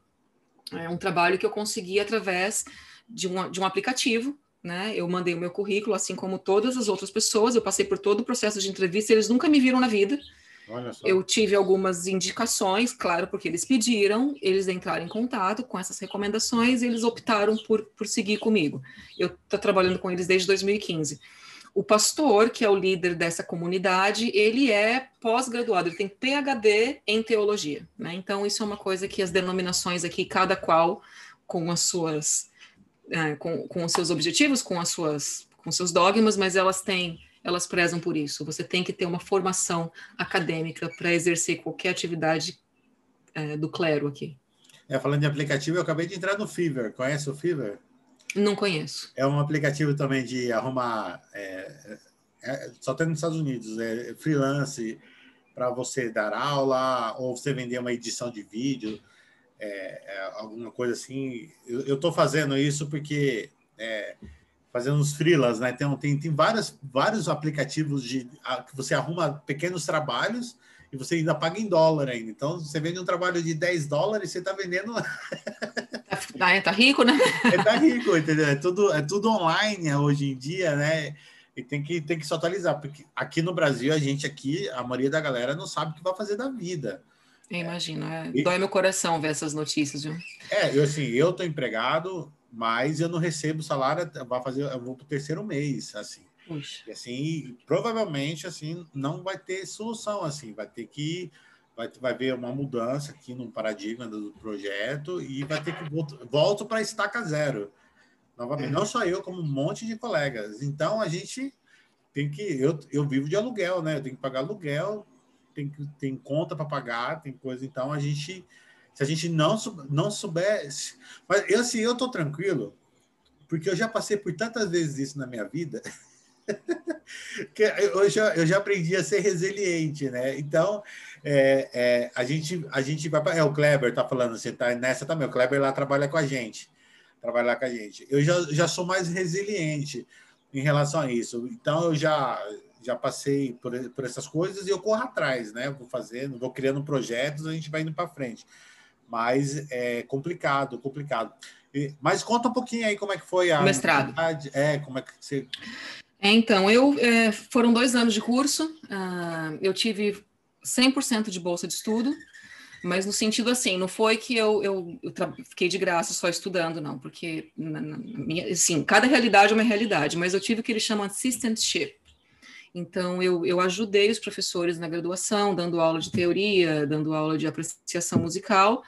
É um trabalho que eu consegui através de um, de um aplicativo, né? Eu mandei o meu currículo, assim como todas as outras pessoas, eu passei por todo o processo de entrevista, eles nunca me viram na vida. Olha só. Eu tive algumas indicações, claro, porque eles pediram, eles entraram em contato com essas recomendações e eles optaram por, por seguir comigo. Eu estou trabalhando com eles desde dois mil e quinze. O pastor, que é o líder dessa comunidade, ele é pós-graduado, ele tem P H D em teologia, né? Então, isso é uma coisa que as denominações aqui, cada qual com as suas... É, com, com os seus objetivos, com as suas, com seus dogmas, mas elas têm, elas prezam por isso. Você tem que ter uma formação acadêmica para exercer qualquer atividade é, do clero aqui. É, falando de aplicativo, eu acabei de entrar no Fiverr. Conhece o Fiverr? Não conheço. É um aplicativo também de arrumar, é, é, só tem nos Estados Unidos, é freelance para você dar aula ou você vender uma edição de vídeo. É, é, alguma coisa assim. Eu estou fazendo isso porque é, fazendo uns freelas, né? Tem, tem, tem vários, vários aplicativos de, a, que você arruma pequenos trabalhos e você ainda paga em dólar ainda. Então, você vende um trabalho de dez dólares, você está vendendo... tá, tá rico, né? É, tá rico, entendeu? É tudo, é tudo online hoje em dia, né? E tem que, tem que se atualizar, porque aqui no Brasil, a gente aqui, a maioria da galera não sabe o que vai fazer da vida. Eu imagino, é, dói meu coração ver essas notícias, viu? É, eu assim, eu tô empregado, mas eu não recebo salário, vai fazer, eu vou pro terceiro mês, assim. Puxa. E assim, provavelmente, assim, não vai ter solução, assim, vai ter que, vai, vai haver uma mudança aqui no paradigma do projeto e vai ter que voltar, volto para estaca zero, novamente. Não só eu, como um monte de colegas. Então, a gente tem que, eu, eu vivo de aluguel, né? Eu tenho que pagar aluguel, Tem, tem conta para pagar, tem coisa, então a gente, se a gente não, não souber, mas eu assim, eu tô tranquilo, porque eu já passei por tantas vezes isso na minha vida, que eu já, eu já aprendi a ser resiliente, né? Então, é, é, a gente, a gente vai, é o Kleber tá falando, você tá nessa também, o Kleber lá trabalha com a gente, trabalhar com a gente. Eu já, já sou mais resiliente em relação a isso. Então, eu já, já passei por, por essas coisas e eu corro atrás, né? Vou fazendo, vou criando projetos, a gente vai indo para frente. Mas é complicado, complicado. E, mas conta um pouquinho aí como é que foi a mestrado. É, como é que você... É, então, eu é, foram dois anos de curso, uh, eu tive cem por cento de bolsa de estudo, mas no sentido assim, não foi que eu, eu, eu fiquei de graça só estudando, não, porque, na, na minha, assim, cada realidade é uma realidade, mas eu tive o que eles chamam de assistantship. Então, eu, eu ajudei os professores na graduação, dando aula de teoria, dando aula de apreciação musical.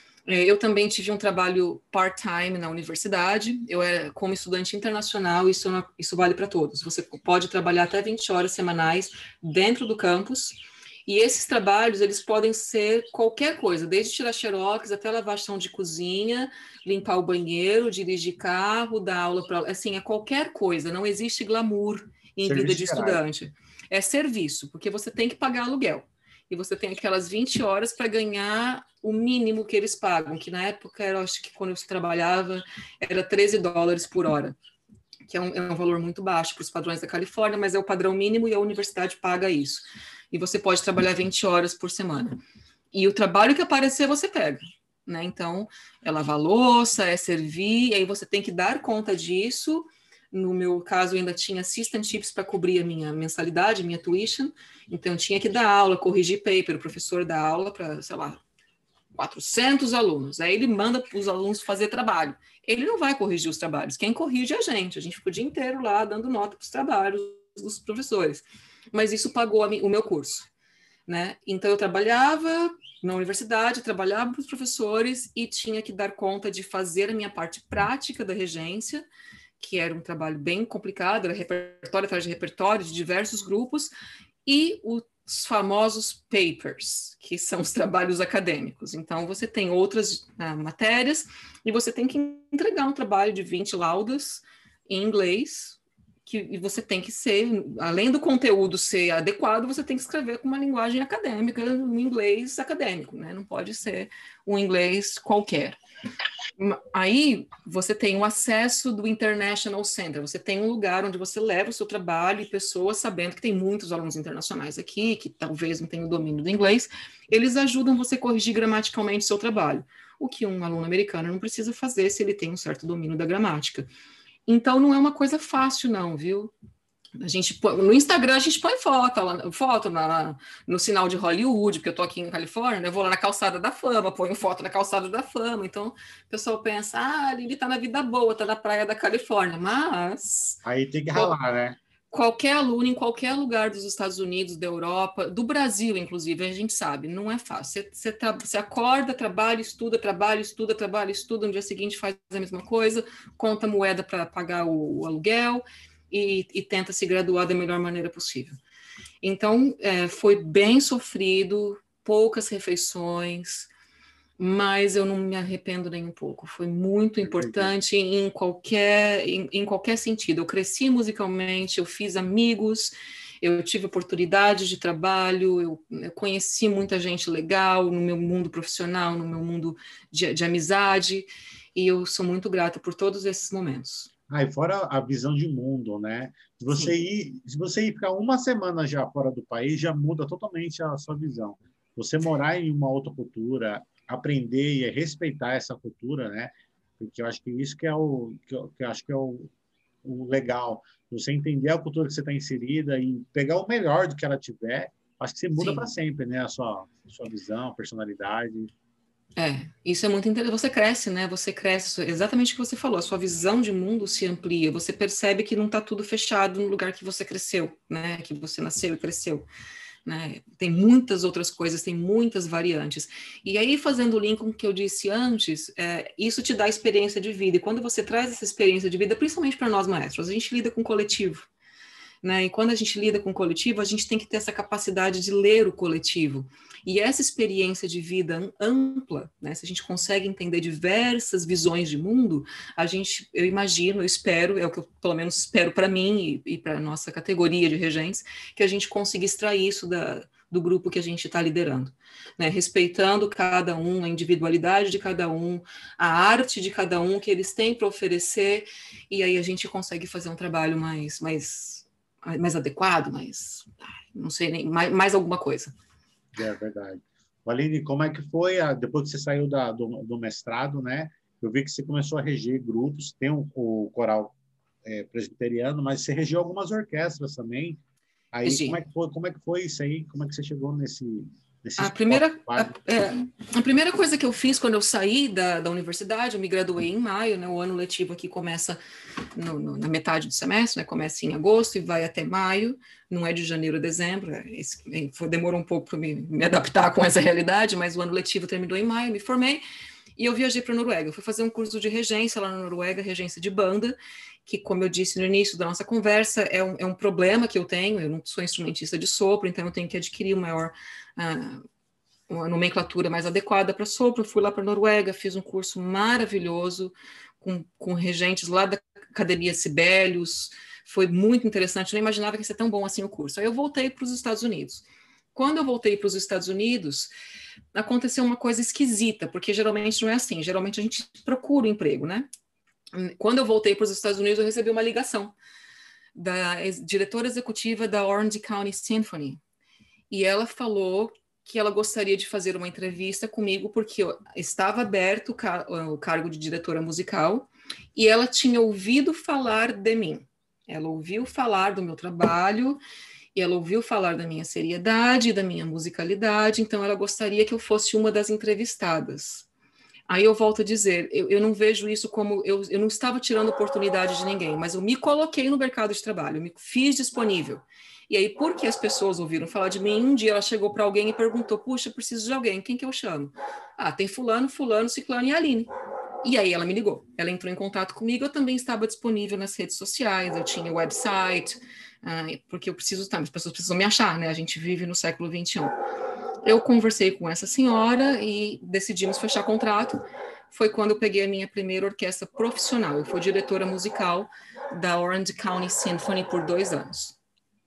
Eu também tive um trabalho part-time na universidade, eu era como estudante internacional, isso, isso vale para todos. Você pode trabalhar até vinte horas semanais dentro do campus, e esses trabalhos, eles podem ser qualquer coisa, desde tirar xerox até lavar chão de cozinha, limpar o banheiro, dirigir carro, dar aula para... Assim, é qualquer coisa, não existe glamour em serviço vida de estudante. É serviço, porque você tem que pagar aluguel. E você tem aquelas vinte horas para ganhar o mínimo que eles pagam, que na época, eu acho que quando eu trabalhava, era treze dólares por hora, que é um, é um valor muito baixo para os padrões da Califórnia, mas é o padrão mínimo e a universidade paga isso. E você pode trabalhar vinte horas por semana. E o trabalho que aparecer, você pega. Né? Então, é lavar louça, é servir, e aí você tem que dar conta disso. No meu caso, eu ainda tinha assistantships para cobrir a minha mensalidade, minha tuition, então eu tinha que dar aula, corrigir paper, o professor dá aula para, sei lá, quatrocentos alunos, aí ele manda os alunos fazer trabalho. Ele não vai corrigir os trabalhos, quem corrige é a gente, a gente fica o dia inteiro lá dando nota para os trabalhos dos professores, mas isso pagou a mim, o meu curso, né? Então eu trabalhava na universidade, trabalhava para os professores e tinha que dar conta de fazer a minha parte prática da regência, que era um trabalho bem complicado, era repertório atrás de repertório de diversos grupos, e os famosos papers, que são os trabalhos acadêmicos. Então, você tem outras uh, matérias, e você tem que entregar um trabalho de vinte laudas em inglês, que, e você tem que ser, além do conteúdo ser adequado, você tem que escrever com uma linguagem acadêmica, um inglês acadêmico, né? Não pode ser um inglês qualquer. Aí você tem o acesso do International Center, você tem um lugar onde você leva o seu trabalho e pessoas sabendo que tem muitos alunos internacionais aqui, que talvez não tenham o domínio do inglês, eles ajudam você a corrigir gramaticalmente o seu trabalho, o que um aluno americano não precisa fazer se ele tem um certo domínio da gramática. Então não é uma coisa fácil não, viu? A gente põe, no Instagram a gente põe foto, lá, foto na, no sinal de Hollywood, porque eu tô aqui em Califórnia, eu vou lá na Calçada da Fama, ponho foto na Calçada da Fama, então o pessoal pensa, ah, a Lili tá na vida boa, tá na praia da Califórnia, mas... Aí tem que ralar, qual, né? Qualquer aluno em qualquer lugar dos Estados Unidos, da Europa, do Brasil, inclusive, a gente sabe, não é fácil. Você, você, tra- você acorda, trabalha, estuda, trabalha, estuda, trabalha, estuda, no dia seguinte faz a mesma coisa, conta moeda para pagar o, o aluguel, E, e tenta se graduar da melhor maneira possível. Então, é, foi bem sofrido, poucas refeições, mas eu não me arrependo nem um pouco. Foi muito importante em qualquer, em, em qualquer sentido. Eu cresci musicalmente, eu fiz amigos, eu tive oportunidade de trabalho, eu, eu conheci muita gente legal no meu mundo profissional, no meu mundo de, de amizade, e eu sou muito grata por todos esses momentos. Ah, e fora a visão de mundo, né? Se você, ir, se você ir ficar uma semana já fora do país, já muda totalmente a sua visão. Você morar em uma outra cultura, aprender e respeitar essa cultura, né? Porque eu acho que isso que é o que eu, que eu acho que é o, o legal. Você entender a cultura que você está inserida e pegar o melhor do que ela tiver, acho que você muda para sempre, né? A sua, a sua visão, a personalidade. É, isso é muito interessante. Você cresce, né? Você cresce, exatamente o que você falou, a sua visão de mundo se amplia, você percebe que não está tudo fechado no lugar que você cresceu, né? Que você nasceu e cresceu, né? Tem muitas outras coisas, tem muitas variantes. E aí, fazendo o link com o que eu disse antes, é, isso te dá experiência de vida, e quando você traz essa experiência de vida, principalmente para nós maestros, a gente lida com coletivo. Né? E quando a gente lida com o coletivo, a gente tem que ter essa capacidade de ler o coletivo. E essa experiência de vida ampla, né? Se a gente consegue entender diversas visões de mundo, a gente, eu imagino, eu espero, é o que eu pelo menos espero para mim e, e para a nossa categoria de regentes, que a gente consiga extrair isso da, do grupo que a gente está liderando, né? Respeitando cada um, a individualidade de cada um, a arte de cada um que eles têm para oferecer, e aí a gente consegue fazer um trabalho mais, mais, mais adequado, mais, não sei nem, mais, mais alguma coisa. É verdade. Aline, como é que foi, a, depois que você saiu da, do, do mestrado, né? Eu vi que você começou a reger grupos, tem o, o coral é, presbiteriano, mas você regeu algumas orquestras também. Aí, Regi. como é que foi, como é que foi isso aí? Como é que você chegou nesse... nesse A primeira, a, é, a primeira coisa que eu fiz quando eu saí da, da universidade, eu me graduei em maio, né? O ano letivo aqui começa no, no, na metade do semestre, né? Começa em agosto e vai até maio, não é de janeiro a dezembro, esse, foi, demorou um pouco para me, me adaptar com essa realidade, mas o ano letivo terminou em maio, me formei, e eu viajei para a Noruega. Eu fui fazer um curso de regência lá na Noruega, regência de banda, que, como eu disse no início da nossa conversa, é um, é um problema que eu tenho. Eu não sou instrumentista de sopro, então eu tenho que adquirir uma maior uh, uma nomenclatura mais adequada para sopro. Eu fui lá para a Noruega, fiz um curso maravilhoso com, com regentes lá da Academia Sibelius. Foi muito interessante, eu não imaginava que ia ser tão bom assim o curso. Aí eu voltei para os Estados Unidos. Quando eu voltei para os Estados Unidos, aconteceu uma coisa esquisita, porque geralmente não é assim, geralmente a gente procura um emprego, né? Quando eu voltei para os Estados Unidos, eu recebi uma ligação da diretora executiva da Orange County Symphony, e ela falou que ela gostaria de fazer uma entrevista comigo, porque estava aberto o, car o cargo de diretora musical, e ela tinha ouvido falar de mim. Ela ouviu falar do meu trabalho, e ela ouviu falar da minha seriedade, da minha musicalidade, então ela gostaria que eu fosse uma das entrevistadas. Aí eu volto a dizer, eu, eu não vejo isso como, eu, eu não estava tirando oportunidade de ninguém, mas eu me coloquei no mercado de trabalho, eu me fiz disponível. E aí, porque as pessoas ouviram falar de mim, um dia ela chegou para alguém e perguntou, puxa, preciso de alguém, quem que eu chamo? Ah, tem fulano, fulano, ciclano e Aline. E aí ela me ligou, ela entrou em contato comigo, eu também estava disponível nas redes sociais, eu tinha website, ah, porque eu preciso, tá, as pessoas precisam me achar, né? A gente vive no século vinte e um. Eu conversei com essa senhora e decidimos fechar contrato. Foi quando eu peguei a minha primeira orquestra profissional. Eu fui diretora musical da Orange County Symphony por dois anos.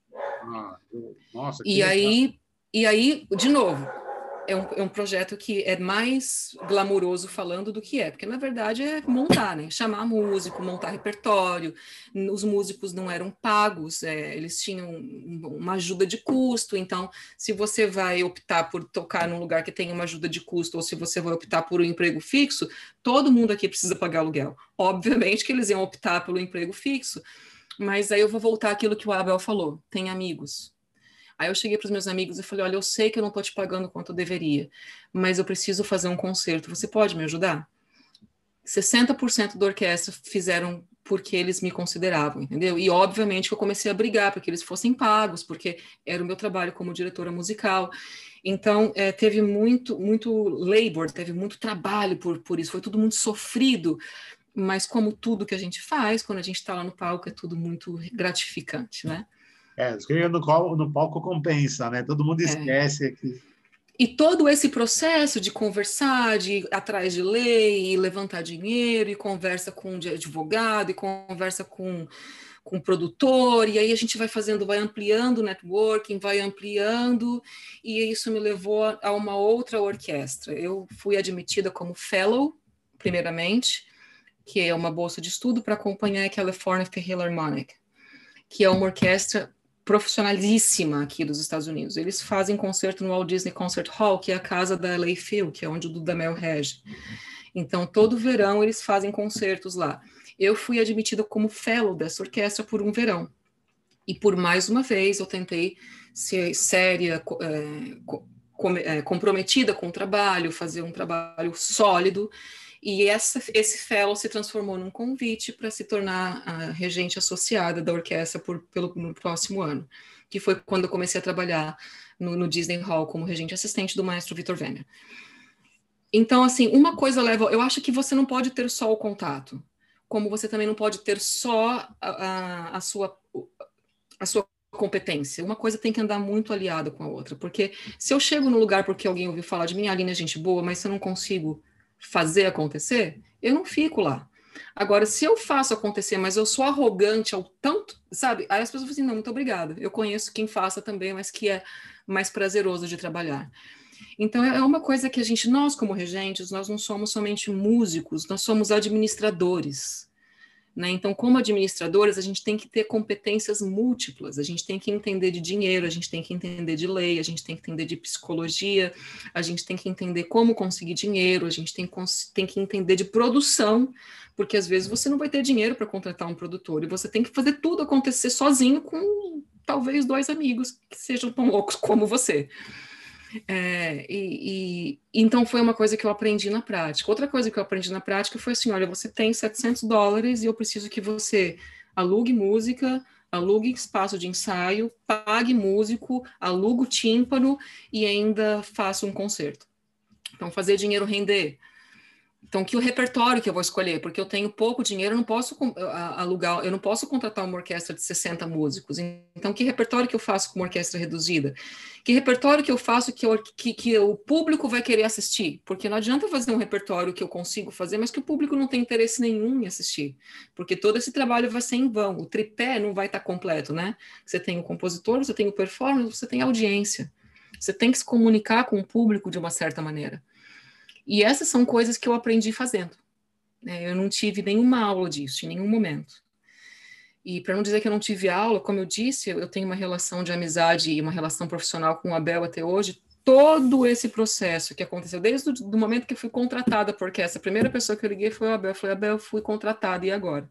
Ah, nossa, que e legal. aí, e aí, de novo, é um, é um projeto que é mais glamouroso falando do que é, porque na verdade é montar, né? Chamar músico, montar repertório. Os músicos não eram pagos, é, eles tinham uma ajuda de custo, então se você vai optar por tocar num lugar que tem uma ajuda de custo, ou se você vai optar por um emprego fixo, todo mundo aqui precisa pagar aluguel. Obviamente que eles iam optar pelo emprego fixo, mas aí eu vou voltar àquilo que o Abel falou, tem amigos. Aí eu cheguei para os meus amigos e falei, olha, eu sei que eu não estou te pagando quanto eu deveria, mas eu preciso fazer um concerto, você pode me ajudar? sessenta por cento da orquestra fizeram porque eles me consideravam, entendeu? E obviamente que eu comecei a brigar para que eles fossem pagos, porque era o meu trabalho como diretora musical. Então, é, teve muito, muito labor, teve muito trabalho por, por isso, foi tudo muito sofrido, mas como tudo que a gente faz, quando a gente está lá no palco, é tudo muito gratificante, né? É, no, no palco compensa, né? Todo mundo esquece é. que... E todo esse processo de conversar, de ir atrás de lei, e levantar dinheiro, e conversa com um advogado, e conversa com, com o produtor, e aí a gente vai fazendo, vai ampliando o networking, vai ampliando, e isso me levou a uma outra orquestra. Eu fui admitida como fellow, primeiramente, que é uma bolsa de estudo para acompanhar a California Philharmonic, que é uma orquestra profissionalíssima aqui dos Estados Unidos. Eles fazem concerto no Walt Disney Concert Hall, que é a casa da L A Phil, que é onde o Dudamel rege. Então, todo verão eles fazem concertos lá. Eu fui admitida como fellow dessa orquestra por um verão. E por mais uma vez eu tentei ser séria, é, com, é, comprometida com o trabalho, fazer um trabalho sólido. E essa, esse fellow se transformou num convite para se tornar a regente associada da orquestra por, pelo, no próximo ano, que foi quando eu comecei a trabalhar no, no Disney Hall como regente assistente do maestro Vitor Werner. Então, assim, uma coisa leva... Eu acho que você não pode ter só o contato, como você também não pode ter só a, a, a, sua, a sua competência. Uma coisa tem que andar muito aliada com a outra, porque se eu chego no lugar porque alguém ouviu falar de mim, a Aline é gente boa, mas se eu não consigo fazer acontecer, eu não fico lá. Agora, se eu faço acontecer, mas eu sou arrogante ao tanto, sabe? Aí as pessoas falam assim, não, muito obrigada. Eu conheço quem faça também, mas que é mais prazeroso de trabalhar. Então, é uma coisa que a gente, nós como regentes, nós não somos somente músicos, nós somos administradores, né? Então, como administradores, a gente tem que ter competências múltiplas, a gente tem que entender de dinheiro, a gente tem que entender de lei, a gente tem que entender de psicologia, a gente tem que entender como conseguir dinheiro, a gente tem, tem que entender de produção, porque às vezes você não vai ter dinheiro para contratar um produtor, e você tem que fazer tudo acontecer sozinho com talvez dois amigos que sejam tão loucos como você. É, e, e, então foi uma coisa que eu aprendi na prática. Outra coisa que eu aprendi na prática foi assim, olha, você tem setecentos dólares e eu preciso que você alugue música, alugue espaço de ensaio, pague músico, alugue o tímpano e ainda faça um concerto. Então, fazer dinheiro render. Então, que o repertório que eu vou escolher, porque eu tenho pouco dinheiro, eu não posso alugar, eu não posso contratar uma orquestra de sessenta músicos. Então, que repertório que eu faço com uma orquestra reduzida? Que repertório que eu faço que, eu, que, que o público vai querer assistir? Porque não adianta fazer um repertório que eu consigo fazer, mas que o público não tem interesse nenhum em assistir. Porque todo esse trabalho vai ser em vão. O tripé não vai estar completo, né? Você tem o compositor, você tem o performance, você tem a audiência. Você tem que se comunicar com o público de uma certa maneira. E essas são coisas que eu aprendi fazendo. Eu não tive nenhuma aula disso, em nenhum momento. E para não dizer que eu não tive aula, como eu disse, eu tenho uma relação de amizade e uma relação profissional com o Abel até hoje. Todo esse processo que aconteceu, desde o momento que eu fui contratada por orquestra, a primeira pessoa que eu liguei foi o Abel. Eu falei, Abel, eu fui contratada, e agora?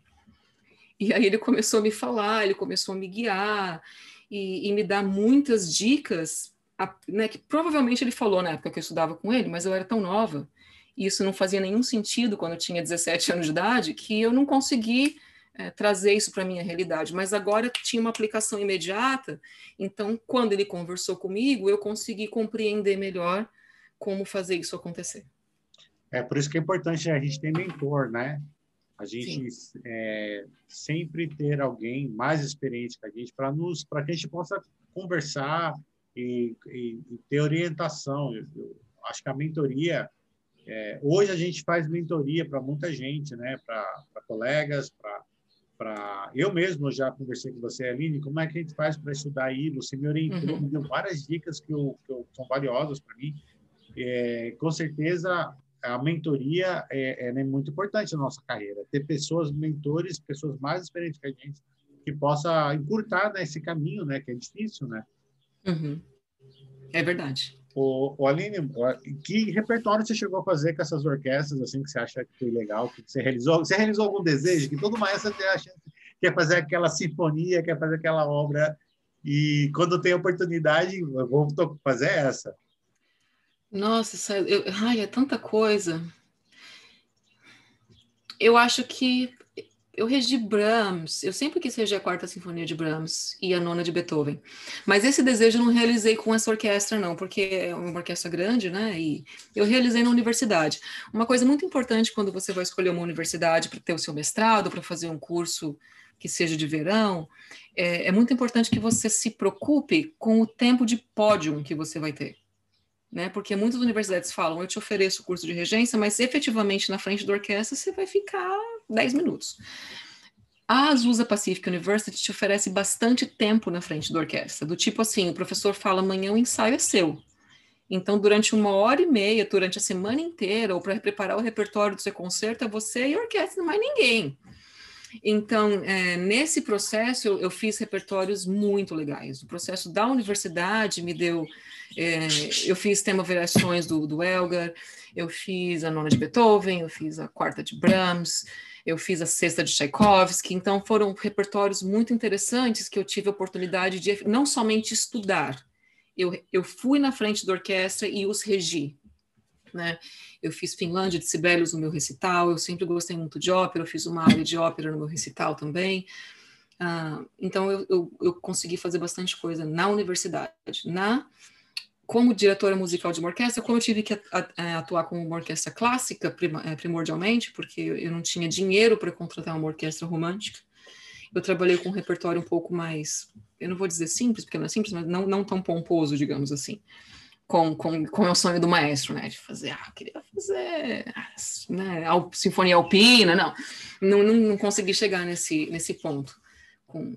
E aí ele começou a me falar, ele começou a me guiar e, e me dar muitas dicas, A, né, que provavelmente ele falou na época que eu estudava com ele, mas eu era tão nova, e isso não fazia nenhum sentido quando eu tinha dezessete anos de idade, que eu não consegui é, trazer isso para a minha realidade. Mas agora tinha uma aplicação imediata, então quando ele conversou comigo, eu consegui compreender melhor como fazer isso acontecer. É por isso que é importante a gente ter mentor, né? A gente é, sempre ter alguém mais experiente que a gente, para nos, para que a gente possa conversar E, e, e ter orientação. Eu, eu acho que a mentoria, é, hoje a gente faz mentoria para muita gente, né? Para colegas, para eu mesmo já conversei com você, Aline, como é que a gente faz para estudar aí? Você me orientou, uhum. me deu várias dicas que, eu, que eu, são valiosas para mim. É, com certeza a mentoria é, é muito importante na nossa carreira, ter pessoas, mentores, pessoas mais experientes que a gente, que possa encurtar, né, esse caminho, né, que é difícil, né? Uhum. É verdade. O, o Aline, que repertório você chegou a fazer com essas orquestras, assim, que você acha que foi legal, que você realizou? Você realizou algum desejo? Que todo maestro tem a chance, quer fazer aquela sinfonia, quer fazer aquela obra, e quando tem oportunidade, eu vou fazer essa. Nossa, eu, ai, é tanta coisa. Eu acho que eu regi Brahms, eu sempre quis reger a quarta sinfonia de Brahms e a nona de Beethoven, mas esse desejo eu não realizei com essa orquestra não, porque é uma orquestra grande, né, e eu realizei na universidade. Uma coisa muito importante quando você vai escolher uma universidade para ter o seu mestrado, para fazer um curso que seja de verão, é, é muito importante que você se preocupe com o tempo de pódium que você vai ter. Né? Porque muitas universidades falam, eu te ofereço o curso de regência, mas efetivamente na frente da orquestra você vai ficar dez minutos. A Azusa Pacific University te oferece bastante tempo na frente da orquestra, do tipo assim, o professor fala, amanhã o ensaio é seu. Então, durante uma hora e meia, durante a semana inteira, ou para preparar o repertório do seu concerto, é você e a orquestra, não mais ninguém. Então, é, nesse processo, eu, eu fiz repertórios muito legais. O processo da universidade me deu... É, eu fiz tema variações do, do Elgar, eu fiz a nona de Beethoven, eu fiz a quarta de Brahms, eu fiz a sexta de Tchaikovsky. Então, foram repertórios muito interessantes que eu tive a oportunidade de não somente estudar, eu, eu fui na frente da orquestra e os regi. Né? Eu fiz Finlândia de Sibelius no meu recital, eu sempre gostei muito de ópera, eu fiz uma área de ópera no meu recital também. Ah, então, eu, eu, eu consegui fazer bastante coisa na universidade. Na, como diretora musical de uma orquestra, como eu tive que atuar com uma orquestra clássica, primordialmente, porque eu não tinha dinheiro para contratar uma orquestra romântica, eu trabalhei com um repertório um pouco mais, eu não vou dizer simples, porque não é simples, mas não, não tão pomposo, digamos assim. Com, com, com o sonho do maestro, né, de fazer, ah, eu queria fazer, né, a sinfonia alpina, não, não, não, não consegui chegar nesse, nesse ponto com,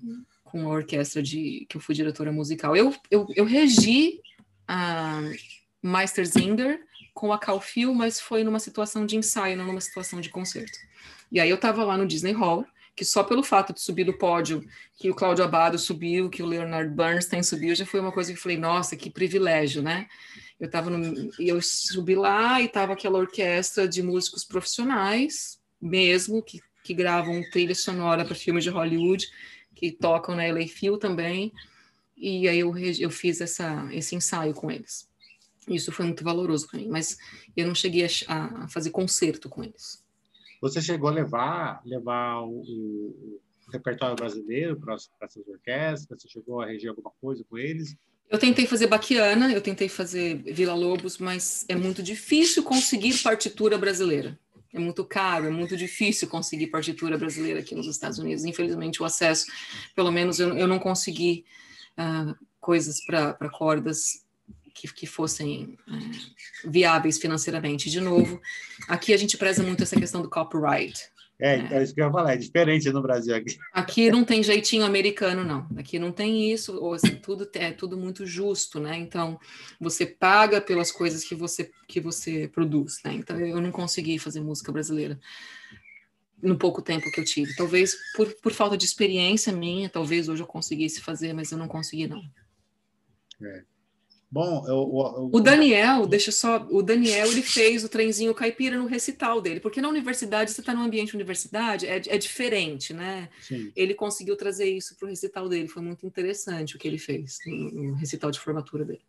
com a orquestra de que eu fui diretora musical. Eu, eu, eu regi a Meistersinger com a Calfil, mas foi numa situação de ensaio, não numa situação de concerto. E aí eu estava lá no Disney Hall, que só pelo fato de subir do pódio, que o Cláudio Abbado subiu, que o Leonard Bernstein subiu, já foi uma coisa que eu falei, nossa, que privilégio, né? Eu tava no, eu subi lá e estava aquela orquestra de músicos profissionais, mesmo, que, que gravam trilha sonora para filmes de Hollywood, que tocam na L A Phil também, e aí eu, eu fiz essa, esse ensaio com eles. Isso foi muito valoroso para mim, mas eu não cheguei a, a fazer concerto com eles. Você chegou a levar, levar o, o, o repertório brasileiro para essas orquestras? Você chegou a reger alguma coisa com eles? Eu tentei fazer Baquiana, eu tentei fazer Vila Lobos, mas é muito difícil conseguir partitura brasileira. É muito caro, é muito difícil conseguir partitura brasileira aqui nos Estados Unidos. Infelizmente, o acesso, pelo menos eu, eu não consegui uh, coisas para cordas que, que fossem uh, viáveis financeiramente. De novo, aqui a gente preza muito essa questão do copyright. É, então é isso que eu ia falar, é diferente no Brasil. Aqui, aqui não tem jeitinho americano, não. Aqui não tem isso, ou assim, tudo, é tudo muito justo, né? Então, você paga pelas coisas que você, que você produz, né? Então, eu não consegui fazer música brasileira no pouco tempo que eu tive. Talvez por, por falta de experiência minha, talvez hoje eu conseguisse fazer, mas eu não consegui, não. É. Bom, eu, eu, o Daniel, deixa só, o Daniel, ele fez o trenzinho caipira no recital dele, porque na universidade, você está no ambiente universidade, é, é diferente, né? Sim. Ele conseguiu trazer isso para o recital dele, foi muito interessante o que ele fez no, no recital de formatura dele.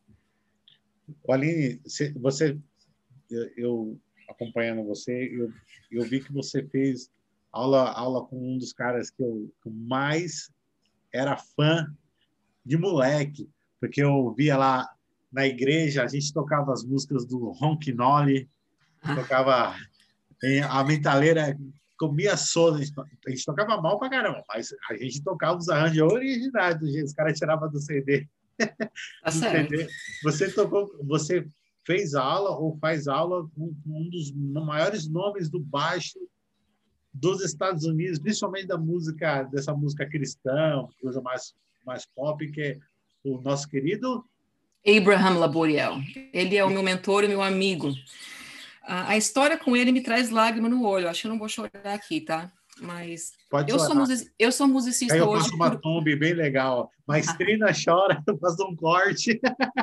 Aline, você, eu, eu acompanhando você, eu, eu vi que você fez aula, aula com um dos caras que eu, que eu mais era fã de moleque, porque eu via lá na igreja, a gente tocava as músicas do Ronquinoli, tocava a Metaleira, comia soda, a gente tocava mal pra caramba, mas a gente tocava os arranjos originais, os caras tiravam do C D. Tá do certo. C D. Você tocou, você fez aula ou faz aula com um dos maiores nomes do baixo dos Estados Unidos, principalmente da música, dessa música cristã, coisa mais, mais pop, que é o nosso querido Abraham Laboriel. Ele é o meu mentor e meu amigo. A história com ele me traz lágrima no olho. Acho que eu não vou chorar aqui, tá? Mas Pode eu sou, music... eu sou musicista Aí eu hoje. faço uma por... tombe bem legal. Maestrina chora, eu faço um corte.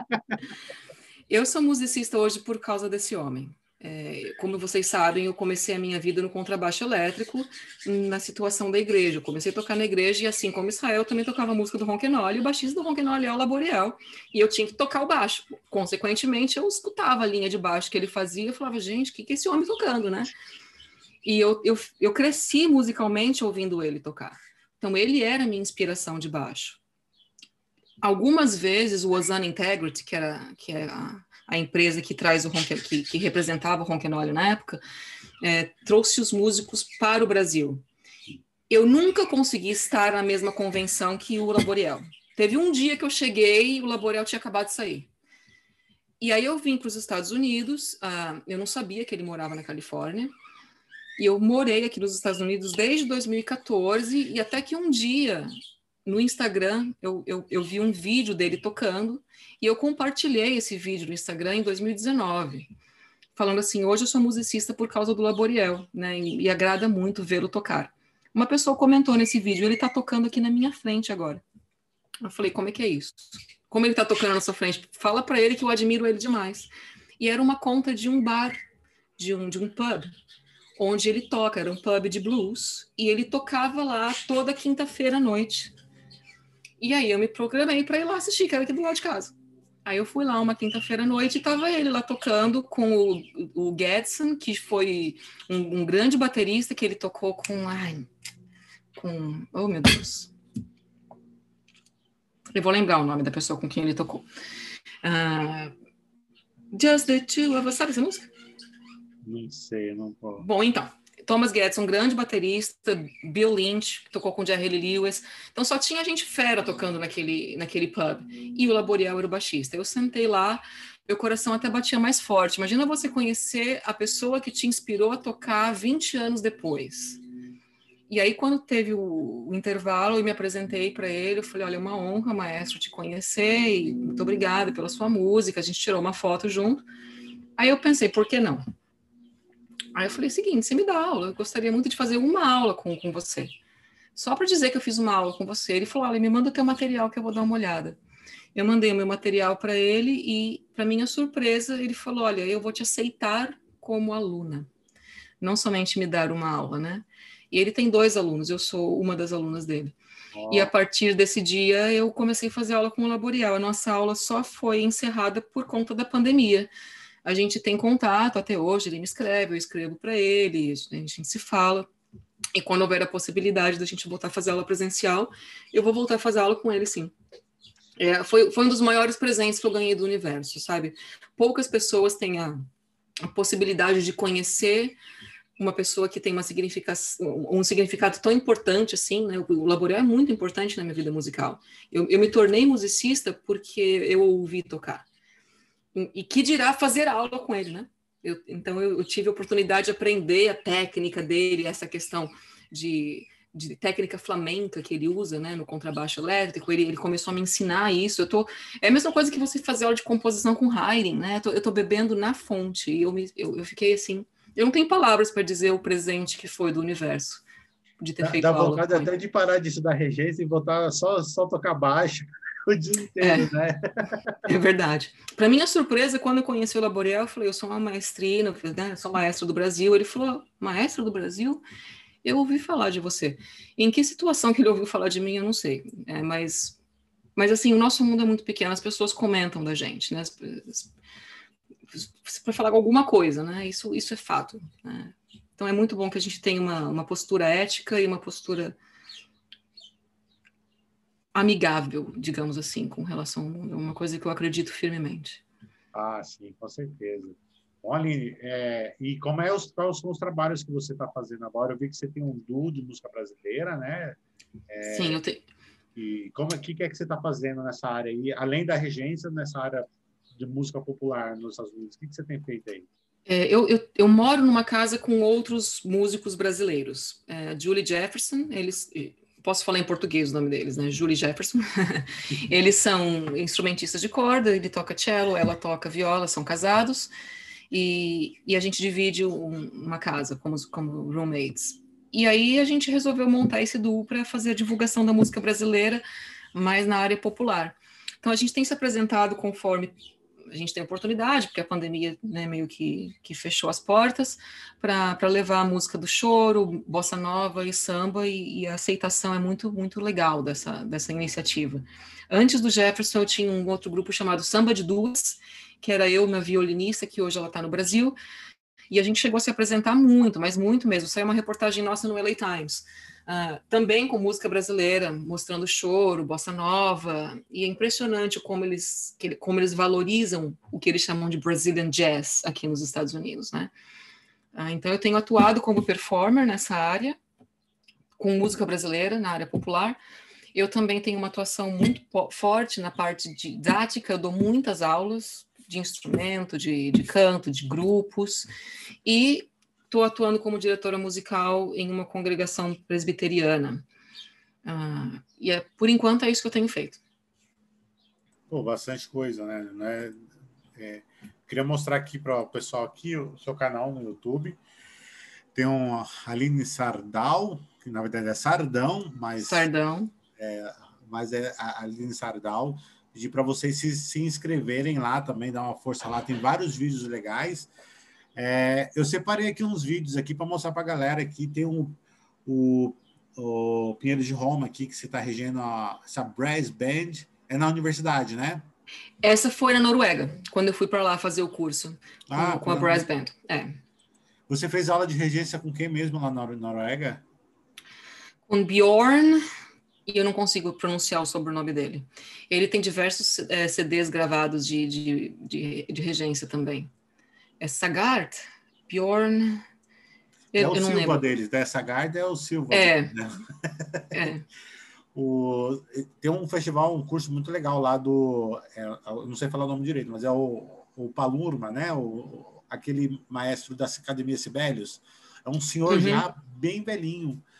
Eu sou musicista hoje por causa desse homem. É, como vocês sabem, eu comecei a minha vida no contrabaixo elétrico na situação da igreja. Eu comecei a tocar na igreja e, assim como Israel, eu também tocava a música do Ronquinoli. O baixista do Ronquinoli é o Laboriel. E eu tinha que tocar o baixo. Consequentemente, eu escutava a linha de baixo que ele fazia e falava, gente, o que, que é esse homem tocando, né? E eu, eu, eu cresci musicalmente ouvindo ele tocar. Então, ele era a minha inspiração de baixo. Algumas vezes, o Ozana Integrity, que era... Que é a, a empresa que traz o Ronquinoli, que, que representava o Ronquinoli na época, é, trouxe os músicos para o Brasil. Eu nunca consegui estar na mesma convenção que o Laboriel. Teve um dia que eu cheguei e o Laboriel tinha acabado de sair. E aí eu vim para os Estados Unidos, uh, eu não sabia que ele morava na Califórnia, e eu morei aqui nos Estados Unidos desde dois mil e quatorze, e até que um dia, no Instagram, eu, eu, eu vi um vídeo dele tocando, e eu compartilhei esse vídeo no Instagram em dois mil e dezenove, falando assim, hoje eu sou musicista por causa do Laboriel, né, e, e agrada muito vê-lo tocar. Uma pessoa comentou nesse vídeo, ele está tocando aqui na minha frente agora. Eu falei, como é que é isso? Como ele está tocando na sua frente? Fala para ele que eu admiro ele demais. E era uma conta de um bar, de um, de um pub, onde ele toca, era um pub de blues, e ele tocava lá toda quinta-feira à noite. E aí eu me programei para ir lá assistir, que era aqui do lado de casa. Aí eu fui lá uma quinta-feira à noite e estava ele lá tocando com o, o Gedson, que foi um, um grande baterista, que ele tocou com... Ai, com... Oh, meu Deus. Eu vou lembrar o nome da pessoa com quem ele tocou. Uh, Just the Two of Us. Sabe essa música? Não sei, não posso. Bom, então. Thomas Gedson, um grande baterista, Bill Lynch, que tocou com Jerry Lee Lewis. Então só tinha gente fera tocando naquele, naquele pub. E o Laboriel era o baixista. Eu sentei lá, meu coração até batia mais forte. Imagina você conhecer a pessoa que te inspirou a tocar vinte anos depois. E aí, quando teve o, o intervalo, eu me apresentei para ele, eu falei, olha, é uma honra, maestro, te conhecer, e muito obrigada pela sua música, a gente tirou uma foto junto. Aí eu pensei, por que não? Aí eu falei, seguinte, você me dá aula, eu gostaria muito de fazer uma aula com, com você. Só para dizer que eu fiz uma aula com você. Ele falou, olha, me manda o teu material que eu vou dar uma olhada. Eu mandei o meu material para ele e, para minha surpresa, ele falou, olha, eu vou te aceitar como aluna. Não somente me dar uma aula, né? E ele tem dois alunos, eu sou uma das alunas dele. Oh. E a partir desse dia eu comecei a fazer aula com o Laboriel. A nossa aula só foi encerrada por conta da pandemia. A gente tem contato até hoje, ele me escreve, eu escrevo para ele, a gente se fala. E quando houver a possibilidade da gente voltar a fazer aula presencial, eu vou voltar a fazer aula com ele, sim. É, foi, foi um dos maiores presentes que eu ganhei do universo, sabe? Poucas pessoas têm a, a possibilidade de conhecer uma pessoa que tem uma significação, um significado tão importante assim, né? O Laboriel é muito importante na minha vida musical. Eu, eu me tornei musicista porque eu ouvi tocar. E, e que dirá fazer aula com ele, né? Eu, então eu, eu tive a oportunidade de aprender a técnica dele, essa questão de, de técnica flamenca que ele usa, né, no contrabaixo elétrico. Ele, ele começou a me ensinar isso. Eu tô, é a mesma coisa que você fazer aula de composição com Haydn, né? Eu tô, eu tô bebendo na fonte e eu, me, eu, eu fiquei assim. Eu não tenho palavras para dizer o presente que foi do universo de ter dá, feito dá aula. Dá vontade até de parar disso da regência e voltar só só tocar baixo o dia inteiro, é, né? É verdade. Para minha surpresa, quando eu conheci o Laboriel, eu falei, eu sou uma maestrina, né? Sou maestro do Brasil. Ele falou, maestro do Brasil? Eu ouvi falar de você. Em que situação que ele ouviu falar de mim, eu não sei. É, mas, mas, assim, o nosso mundo é muito pequeno, as pessoas comentam da gente, né? Para falar alguma coisa, né? Isso, isso é fato, né? Então é muito bom que a gente tenha uma, uma postura ética e uma postura amigável, digamos assim, com relação ao mundo. É uma coisa que eu acredito firmemente. Ah, sim, com certeza. Bom, Aline, é, e como é os, quais são os trabalhos que você está fazendo agora? Eu vi que você tem um duo de música brasileira, né? É, sim, eu tenho. E como é que, que é que você está fazendo nessa área aí, além da regência, nessa área de música popular nos Estados Unidos? O que, que você tem feito aí? É, eu, eu, eu moro numa casa com outros músicos brasileiros. É, Julie Jefferson, eles... Posso falar em português o nome deles, né? Julie Jefferson. Eles são instrumentistas de corda, ele toca cello, ela toca viola, são casados. E, e a gente divide um, uma casa como, como roommates. E aí a gente resolveu montar esse duo para fazer a divulgação da música brasileira, mais na área popular. Então a gente tem se apresentado conforme a gente tem oportunidade, porque a pandemia, né, meio que, que fechou as portas, para levar a música do choro, bossa nova e samba, e, e a aceitação é muito, muito legal dessa, dessa iniciativa. Antes do Jefferson, eu tinha um outro grupo chamado Samba de Duas, que era eu, minha violinista, que hoje ela está no Brasil, e a gente chegou a se apresentar muito, mas muito mesmo. Saiu uma reportagem nossa no L A Times, uh, também com música brasileira, mostrando choro, bossa nova, e é impressionante como eles, como eles valorizam o que eles chamam de Brazilian Jazz aqui nos Estados Unidos, né? Uh, então eu tenho atuado como performer nessa área, com música brasileira, na área popular. Eu também tenho uma atuação muito forte na parte didática, eu dou muitas aulas de instrumento, de, de canto, de grupos, e estou atuando como diretora musical em uma congregação presbiteriana. Ah, e é, por enquanto é isso que eu tenho feito. Pô, bastante coisa, né? Não é, é, queria mostrar aqui para o pessoal aqui o seu canal no YouTube. Tem um Aline Sardal, que na verdade é Sardão, mas... Sardão. É, mas é a Aline Sardal. Pedir para vocês se, se inscreverem lá também, dar uma força lá. Tem vários vídeos legais. É, eu separei aqui uns vídeos aqui para mostrar para a galera. Aqui tem um, o, o Pinheiro de Roma aqui, que você está regendo a, essa brass band. É na universidade, né? Essa foi na Noruega, quando eu fui para lá fazer o curso com, ah, com a brass band. É. Você fez aula de regência com quem mesmo lá na Noruega? Com Bjorn... e eu não consigo pronunciar o sobrenome dele. Ele tem diversos é, C Ds gravados de, de, de, de regência também. É Sagard? Bjorn... Eu, é o eu não Silva lembro. deles, né? Sagard é o Silva. É. Deles, né? É. O, tem um festival, um curso muito legal lá do... É, eu não sei falar o nome direito, mas é o, o Palurma, né? O, aquele maestro da Academia Sibelius. É um senhor uhum. já bem velhinho.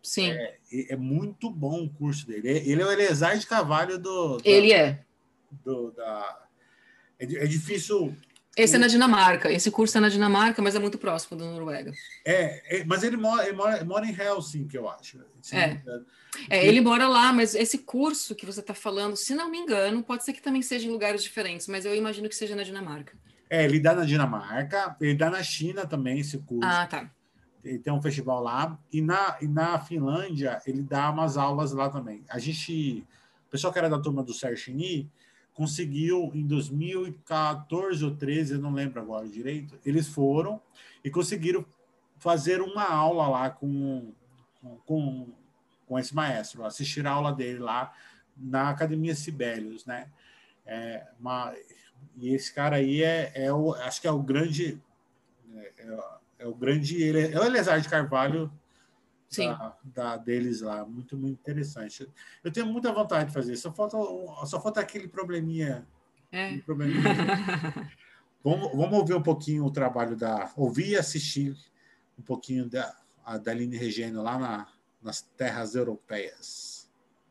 Sim. É, é muito bom o curso dele. Ele é o Eliezer de Carvalho do... da, Ele é. Do, da, é, é difícil... Esse é na Dinamarca. Esse curso é na Dinamarca, mas é muito próximo da Noruega. É, é mas ele mora, ele mora, ele mora em Helsinki, eu acho. É. é, ele mora lá, mas esse curso que você está falando, se não me engano, pode ser que também seja em lugares diferentes, mas eu imagino que seja na Dinamarca. É, ele dá na Dinamarca, ele dá na China também esse curso. Ah, tá. Ele tem um festival lá. E na, e na Finlândia, ele dá umas aulas lá também. A gente, o pessoal que era da turma do Serchini, conseguiu em dois mil e quatorze ou treze, eu não lembro agora direito, eles foram e conseguiram fazer uma aula lá com, com, com esse maestro, assistir a aula dele lá na Academia Sibelius, né? É, uma, e esse cara aí é, é o, acho que é o grande é, é, é o grande ele é o Eliezer de Carvalho da, da, deles lá, muito, muito interessante. Eu tenho muita vontade de fazer, só falta, só falta aquele probleminha. É. Aquele probleminha vamos, vamos ouvir um pouquinho o trabalho da. Ouvir e assistir um pouquinho da, a, da Aline Regeno lá na, nas terras europeias.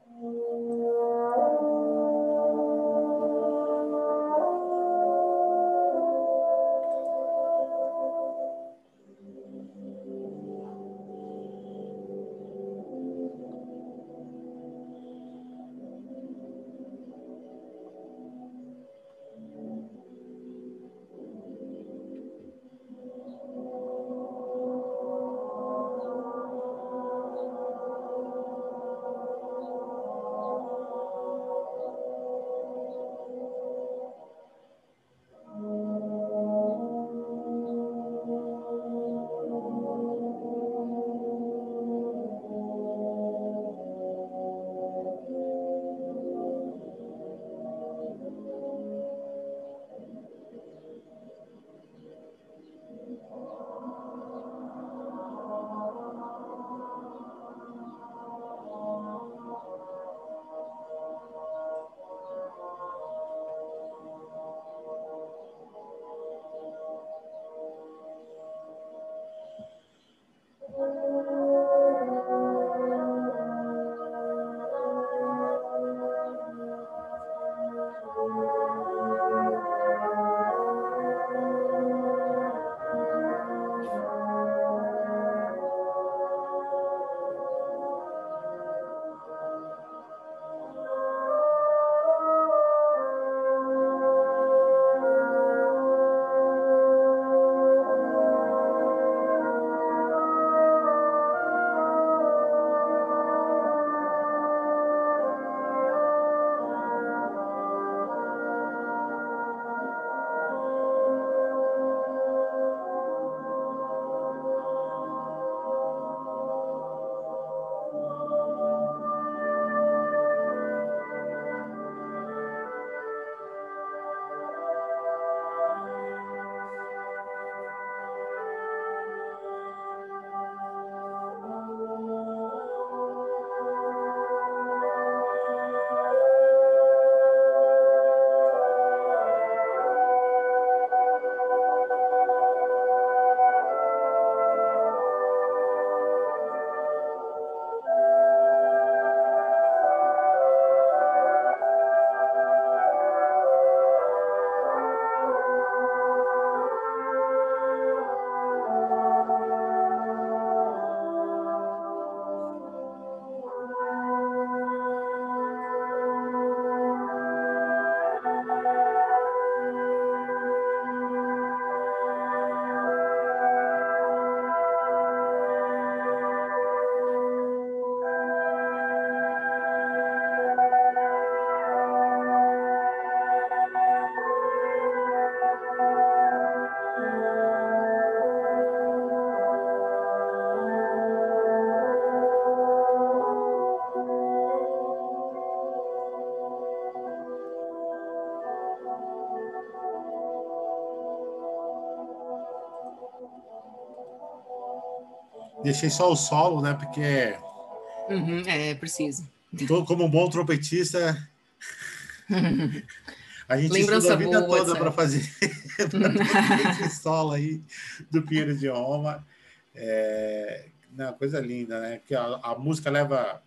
Deixei só o solo, né? Porque uhum, é preciso. Tô, como um bom trompetista, a gente Lembrança estuda a vida boa, toda para fazer, fazer esse solo aí do Pinheiro de Roma. É, Não, coisa linda, né? Que a, a música leva...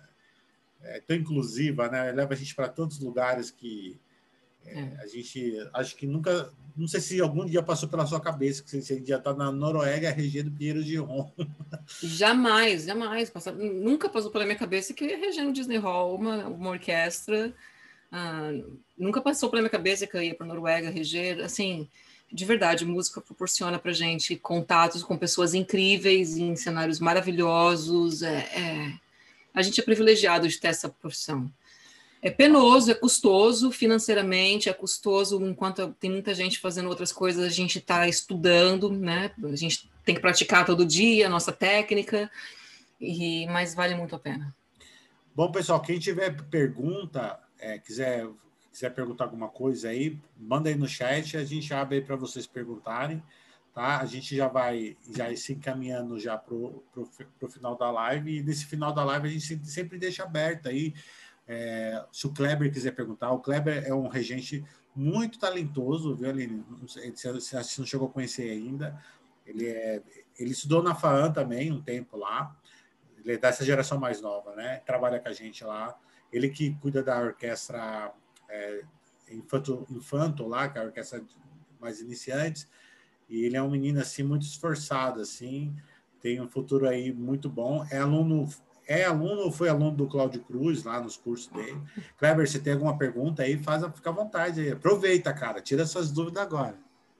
É tão inclusiva, né? Leva a gente para tantos lugares que é, é. a gente... Acho que nunca... Não sei se algum dia passou pela sua cabeça que você já está na Noruega, reger do Pinheiro de Ron. Jamais, jamais. Passou, nunca passou pela minha cabeça que eu ia reger no Disney Hall uma, uma orquestra. Ah, nunca passou pela minha cabeça que eu ia para a Noruega reger. Assim, de verdade, música proporciona para gente contatos com pessoas incríveis, em cenários maravilhosos. É, é... A gente é privilegiado de ter essa profissão. É penoso, é custoso financeiramente, é custoso enquanto tem muita gente fazendo outras coisas, a gente está estudando, né? A gente tem que praticar todo dia a nossa técnica, e, mas vale muito a pena. Bom, pessoal, quem tiver pergunta, é, quiser, quiser perguntar alguma coisa aí, manda aí no chat, a gente abre aí para vocês perguntarem, tá? A gente já vai já se encaminhando já para o final da live, e nesse final da live a gente sempre, sempre deixa aberto aí. É, se o Kleber quiser perguntar, o Kleber é um regente muito talentoso, viu, Aline? Não sei se você não chegou a conhecer ainda. Ele, é, ele estudou na FAAN também, um tempo lá. Ele é dessa geração mais nova, né? Trabalha com a gente lá. Ele que cuida da orquestra é, Infanto, Infanto lá, que é a orquestra mais iniciantes. E ele é um menino, assim, muito esforçado, assim. Tem um futuro aí muito bom. É aluno... É aluno ou foi aluno do Cláudio Cruz, lá nos cursos dele? Kleber, você tem alguma pergunta aí? Faz, fica à vontade aí. Aproveita, cara. Tira suas dúvidas agora.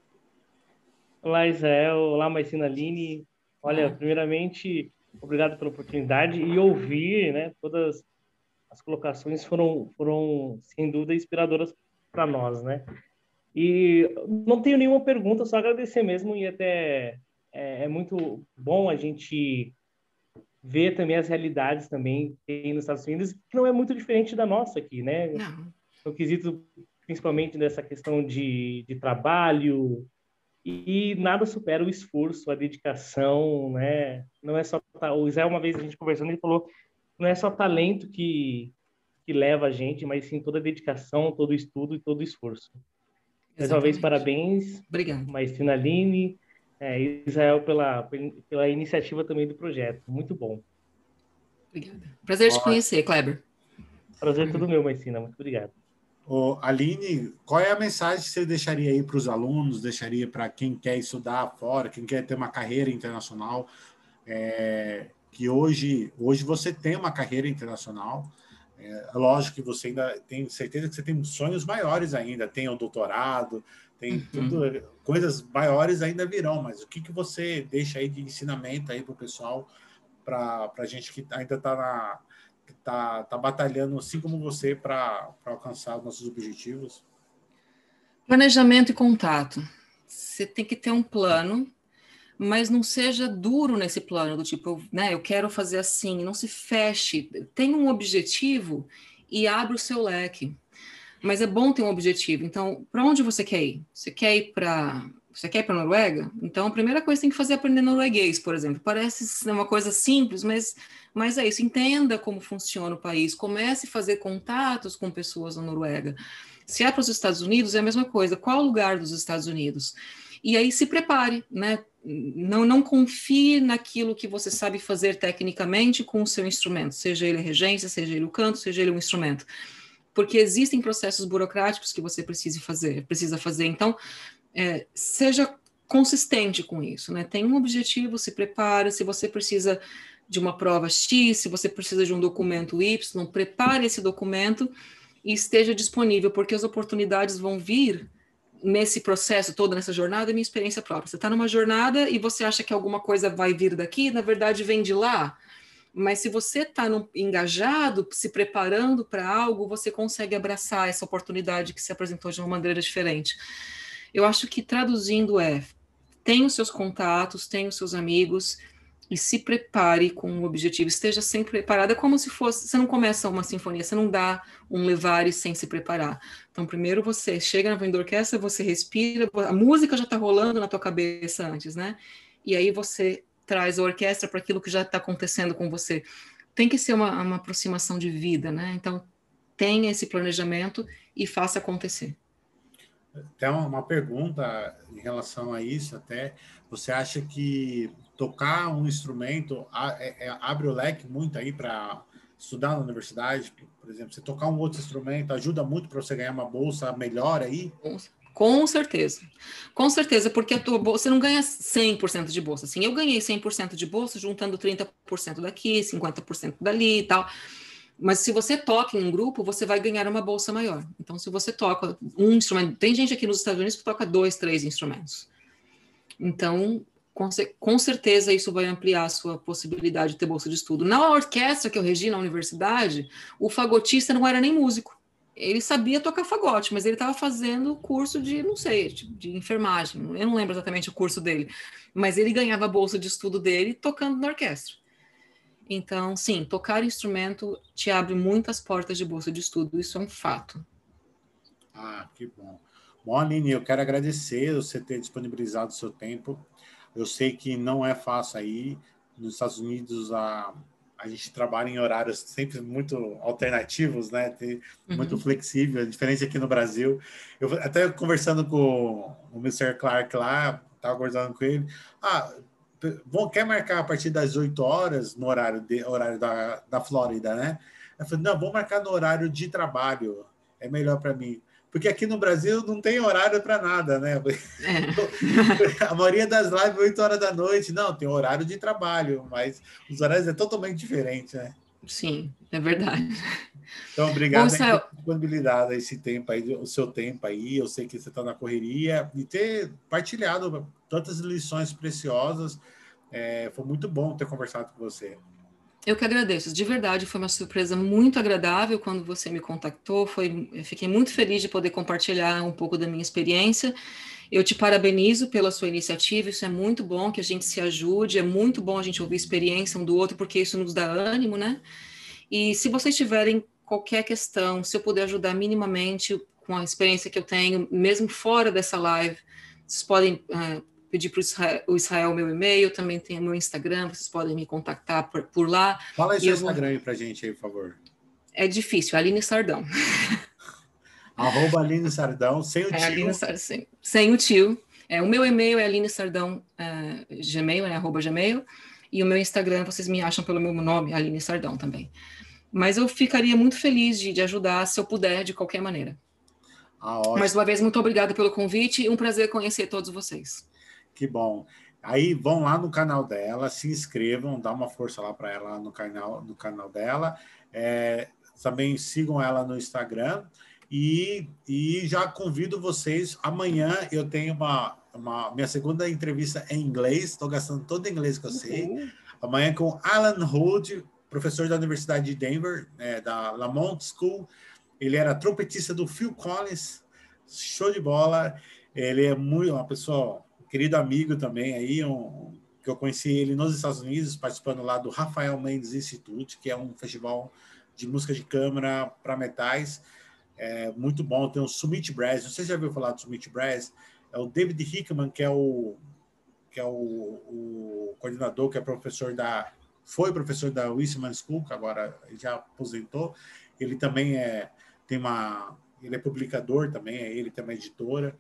Olá, Israel. Olá, Marcina Aline. Olha, primeiramente, obrigado pela oportunidade e ouvir, né? Todas as colocações foram, foram sem dúvida, inspiradoras para nós, né? E não tenho nenhuma pergunta, só agradecer mesmo, e até é, é muito bom a gente ver também as realidades também que tem nos Estados Unidos, que não é muito diferente da nossa aqui, né? Não. No quesito, principalmente dessa questão de, de trabalho, e, e nada supera o esforço, a dedicação, né? Não é só... O Zé, uma vez a gente conversando, ele falou, não é só talento que, que leva a gente, mas sim toda a dedicação, todo o estudo e todo o esforço. Mais uma vez, parabéns. Obrigada. Marcina Aline, é, Israel, pela, pela iniciativa também do projeto. Muito bom. Obrigada. Prazer te conhecer, Kleber. Prazer todo meu, Marcina. Muito obrigado. Ô, Aline, qual é a mensagem que você deixaria aí para os alunos, deixaria para quem quer estudar fora, quem quer ter uma carreira internacional, é, que hoje, hoje você tem uma carreira internacional, é lógico que você ainda tem certeza que você tem sonhos maiores ainda, tem o doutorado, tem uhum. tudo, coisas maiores ainda virão, mas o que, que você deixa aí de ensinamento aí para o pessoal, para a gente que ainda está na... Tá, tá batalhando, assim como você, para alcançar os nossos objetivos? Planejamento e contato. Você tem que ter um plano, mas não seja duro nesse plano, do tipo, né, eu quero fazer assim, não se feche. Tem um objetivo e abre o seu leque. Mas é bom ter um objetivo. Então, para onde você quer ir? Você quer ir para... Você quer ir para a Noruega? Então, a primeira coisa que você tem que fazer é aprender norueguês, por exemplo. Parece ser uma coisa simples, mas, mas é isso. Entenda como funciona o país. Comece a fazer contatos com pessoas na Noruega. Se é para os Estados Unidos, é a mesma coisa. Qual o lugar dos Estados Unidos? E aí se prepare, né? Não, não confie naquilo que você sabe fazer tecnicamente com o seu instrumento, seja ele regência, seja ele o canto, seja ele um instrumento. Porque existem processos burocráticos que você precisa fazer. Precisa fazer. Então, É, seja consistente com isso, né? Tem um objetivo, se prepare. Se você precisa de uma prova X, se você precisa de um documento Y, prepare esse documento e esteja disponível, porque as oportunidades vão vir nesse processo todo, nessa jornada. É minha experiência própria. Você está numa jornada e você acha que alguma coisa vai vir daqui, na verdade vem de lá. Mas se você está engajado, se preparando para algo, você consegue abraçar essa oportunidade que se apresentou de uma maneira diferente. Eu acho que traduzindo é, tenha os seus contatos, tenha os seus amigos e se prepare com um objetivo, esteja sempre preparada, é como se fosse, você não começa uma sinfonia, você não dá um levare sem se preparar. Então, primeiro você chega na frente da orquestra, você respira, a música já está rolando na tua cabeça antes, né? E aí você traz a orquestra para aquilo que já está acontecendo com você. Tem que ser uma, uma aproximação de vida, né? Então, tenha esse planejamento e faça acontecer. Tem uma pergunta em relação a isso até. Você acha que tocar um instrumento é, é, abre o leque muito aí para estudar na universidade, por exemplo, você tocar um outro instrumento ajuda muito para você ganhar uma bolsa melhor aí? Com certeza, com certeza, porque a tua bolsa, você não ganha cem por cento de bolsa, assim, eu ganhei cem por cento de bolsa juntando trinta por cento daqui, cinquenta por cento dali e tal, mas se você toca em um grupo, você vai ganhar uma bolsa maior. Então, se você toca um instrumento, tem gente aqui nos Estados Unidos que toca dois, três instrumentos. Então, com, com certeza, isso vai ampliar a sua possibilidade de ter bolsa de estudo. Na orquestra que eu regi na universidade, o fagotista não era nem músico. Ele sabia tocar fagote, mas ele estava fazendo curso de, não sei, de, de enfermagem. Eu não lembro exatamente o curso dele, mas ele ganhava a bolsa de estudo dele tocando na orquestra. Então, sim, tocar instrumento te abre muitas portas de bolsa de estudo, isso é um fato. Ah, que bom. Bom, Aline, eu quero agradecer você ter disponibilizado o seu tempo. Eu sei que não é fácil aí. Nos Estados Unidos, a, a gente trabalha em horários sempre muito alternativos, né? Tem, muito uhum. flexível. A diferença aqui no Brasil. Eu até conversando com o mister Clark lá, estava conversando com ele. Ah, bom, quer marcar a partir das oito horas no horário, de, horário da, da Flórida, né? Eu falei, não, vou marcar no horário de trabalho. É melhor para mim. Porque aqui no Brasil não tem horário para nada, né? É. A maioria das lives, oito horas da noite. Não, tem horário de trabalho, mas os horários é totalmente diferente, né? Sim, é verdade. Então, obrigado Bom, pela disponibilidade, esse tempo aí, o seu tempo aí. Eu sei que você está na correria e ter partilhado tantas lições preciosas. É, foi muito bom ter conversado com você. Eu que agradeço. De verdade, foi uma surpresa muito agradável quando você me contactou. Foi, eu fiquei muito feliz de poder compartilhar um pouco da minha experiência. Eu te parabenizo pela sua iniciativa. Isso é muito bom, que a gente se ajude. É muito bom a gente ouvir a experiência um do outro, porque isso nos dá ânimo, né? E se vocês tiverem qualquer questão, se eu puder ajudar minimamente com a experiência que eu tenho, mesmo fora dessa live, vocês podem... Uh, pedir para o Israel meu e-mail, também tem o meu Instagram, vocês podem me contactar por, por lá. Fala aí seu Instagram vou... aí pra gente aí, por favor. É difícil, Aline Sardão. Arroba Aline Sardão, sem o é, tio. Aline Sardão, sem, sem o tio. É, o meu e-mail é Aline Sardão, uh, Gmail, né, arroba Gmail, e o meu Instagram, vocês me acham pelo meu nome, Aline Sardão também. Mas eu ficaria muito feliz de, de ajudar, se eu puder, de qualquer maneira. Ah, ótimo. Mais uma vez, muito obrigada pelo convite e um prazer conhecer todos vocês. Que bom. Aí vão lá no canal dela, se inscrevam, dá uma força lá para ela no canal, no canal dela. É, também sigam ela no Instagram. E, e já convido vocês. Amanhã eu tenho uma, uma minha segunda entrevista em inglês. Estou gastando todo o inglês que eu sei. Uhum. Amanhã com Alan Hood, professor da Universidade de Denver, é, da Lamont School. Ele era trompetista do Phil Collins. Show de bola. Ele é muito uma pessoa... querido amigo também aí, um, que eu conheci ele nos Estados Unidos, participando lá do Rafael Mendes Institute, que é um festival de música de câmara para metais, é muito bom. Tem o Summit Brass, não sei se já ouviu falar do Summit Brass, é o David Hickman, que é o que é o, o coordenador, que é professor da, foi professor da Wilson School, que agora já aposentou. Ele também é, tem uma, ele é publicador também, ele também é editora.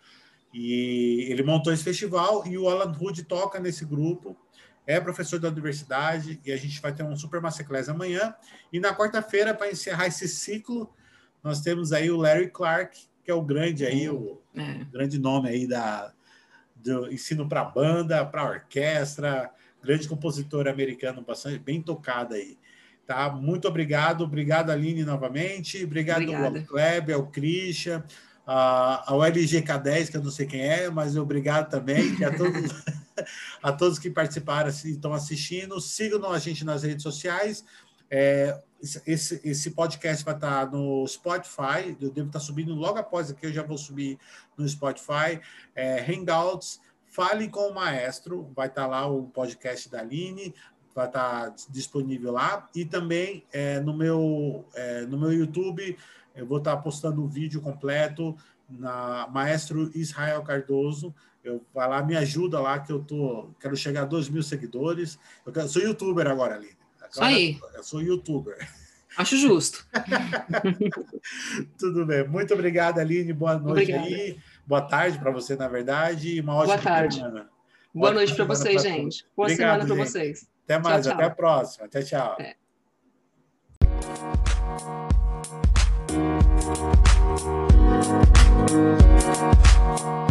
E ele montou esse festival e o Alan Hood toca nesse grupo, é professor da universidade, e a gente vai ter um Super Masterclass amanhã. E na quarta-feira, para encerrar esse ciclo, nós temos aí o Larry Clark, que é o grande aí, o é. grande nome aí da, do ensino para banda, para orquestra, grande compositor americano, bastante bem tocado aí. Tá? Muito obrigado, obrigado Aline novamente, obrigado Obrigada. ao Kleber, ao Christian, ao L G K dez, que eu não sei quem é, mas obrigado também, e a todos, a todos que participaram e estão assistindo. Sigam a gente nas redes sociais. É, esse, esse podcast vai estar no Spotify, eu devo estar subindo logo após aqui, eu já vou subir no Spotify. É, Hangouts, Fale com o Maestro, vai estar lá o podcast da Aline, vai estar disponível lá, e também é, no, meu, é, no meu YouTube. Eu vou estar postando um vídeo completo na Maestro Israel Cardoso. Eu, vai lá, me ajuda lá, que eu tô, quero chegar a dois mil seguidores. Eu quero, sou youtuber agora, Aline. Isso aí. Eu sou youtuber. Acho justo. Tudo bem. Muito obrigado, Aline. Boa noite Obrigada. aí. Boa tarde para você, na verdade. E uma ótima Boa tarde. semana. Boa Ótima noite para vocês, gente. Boa Obrigado, semana para vocês. Até mais, tchau, tchau. Até a próxima. Até tchau. É.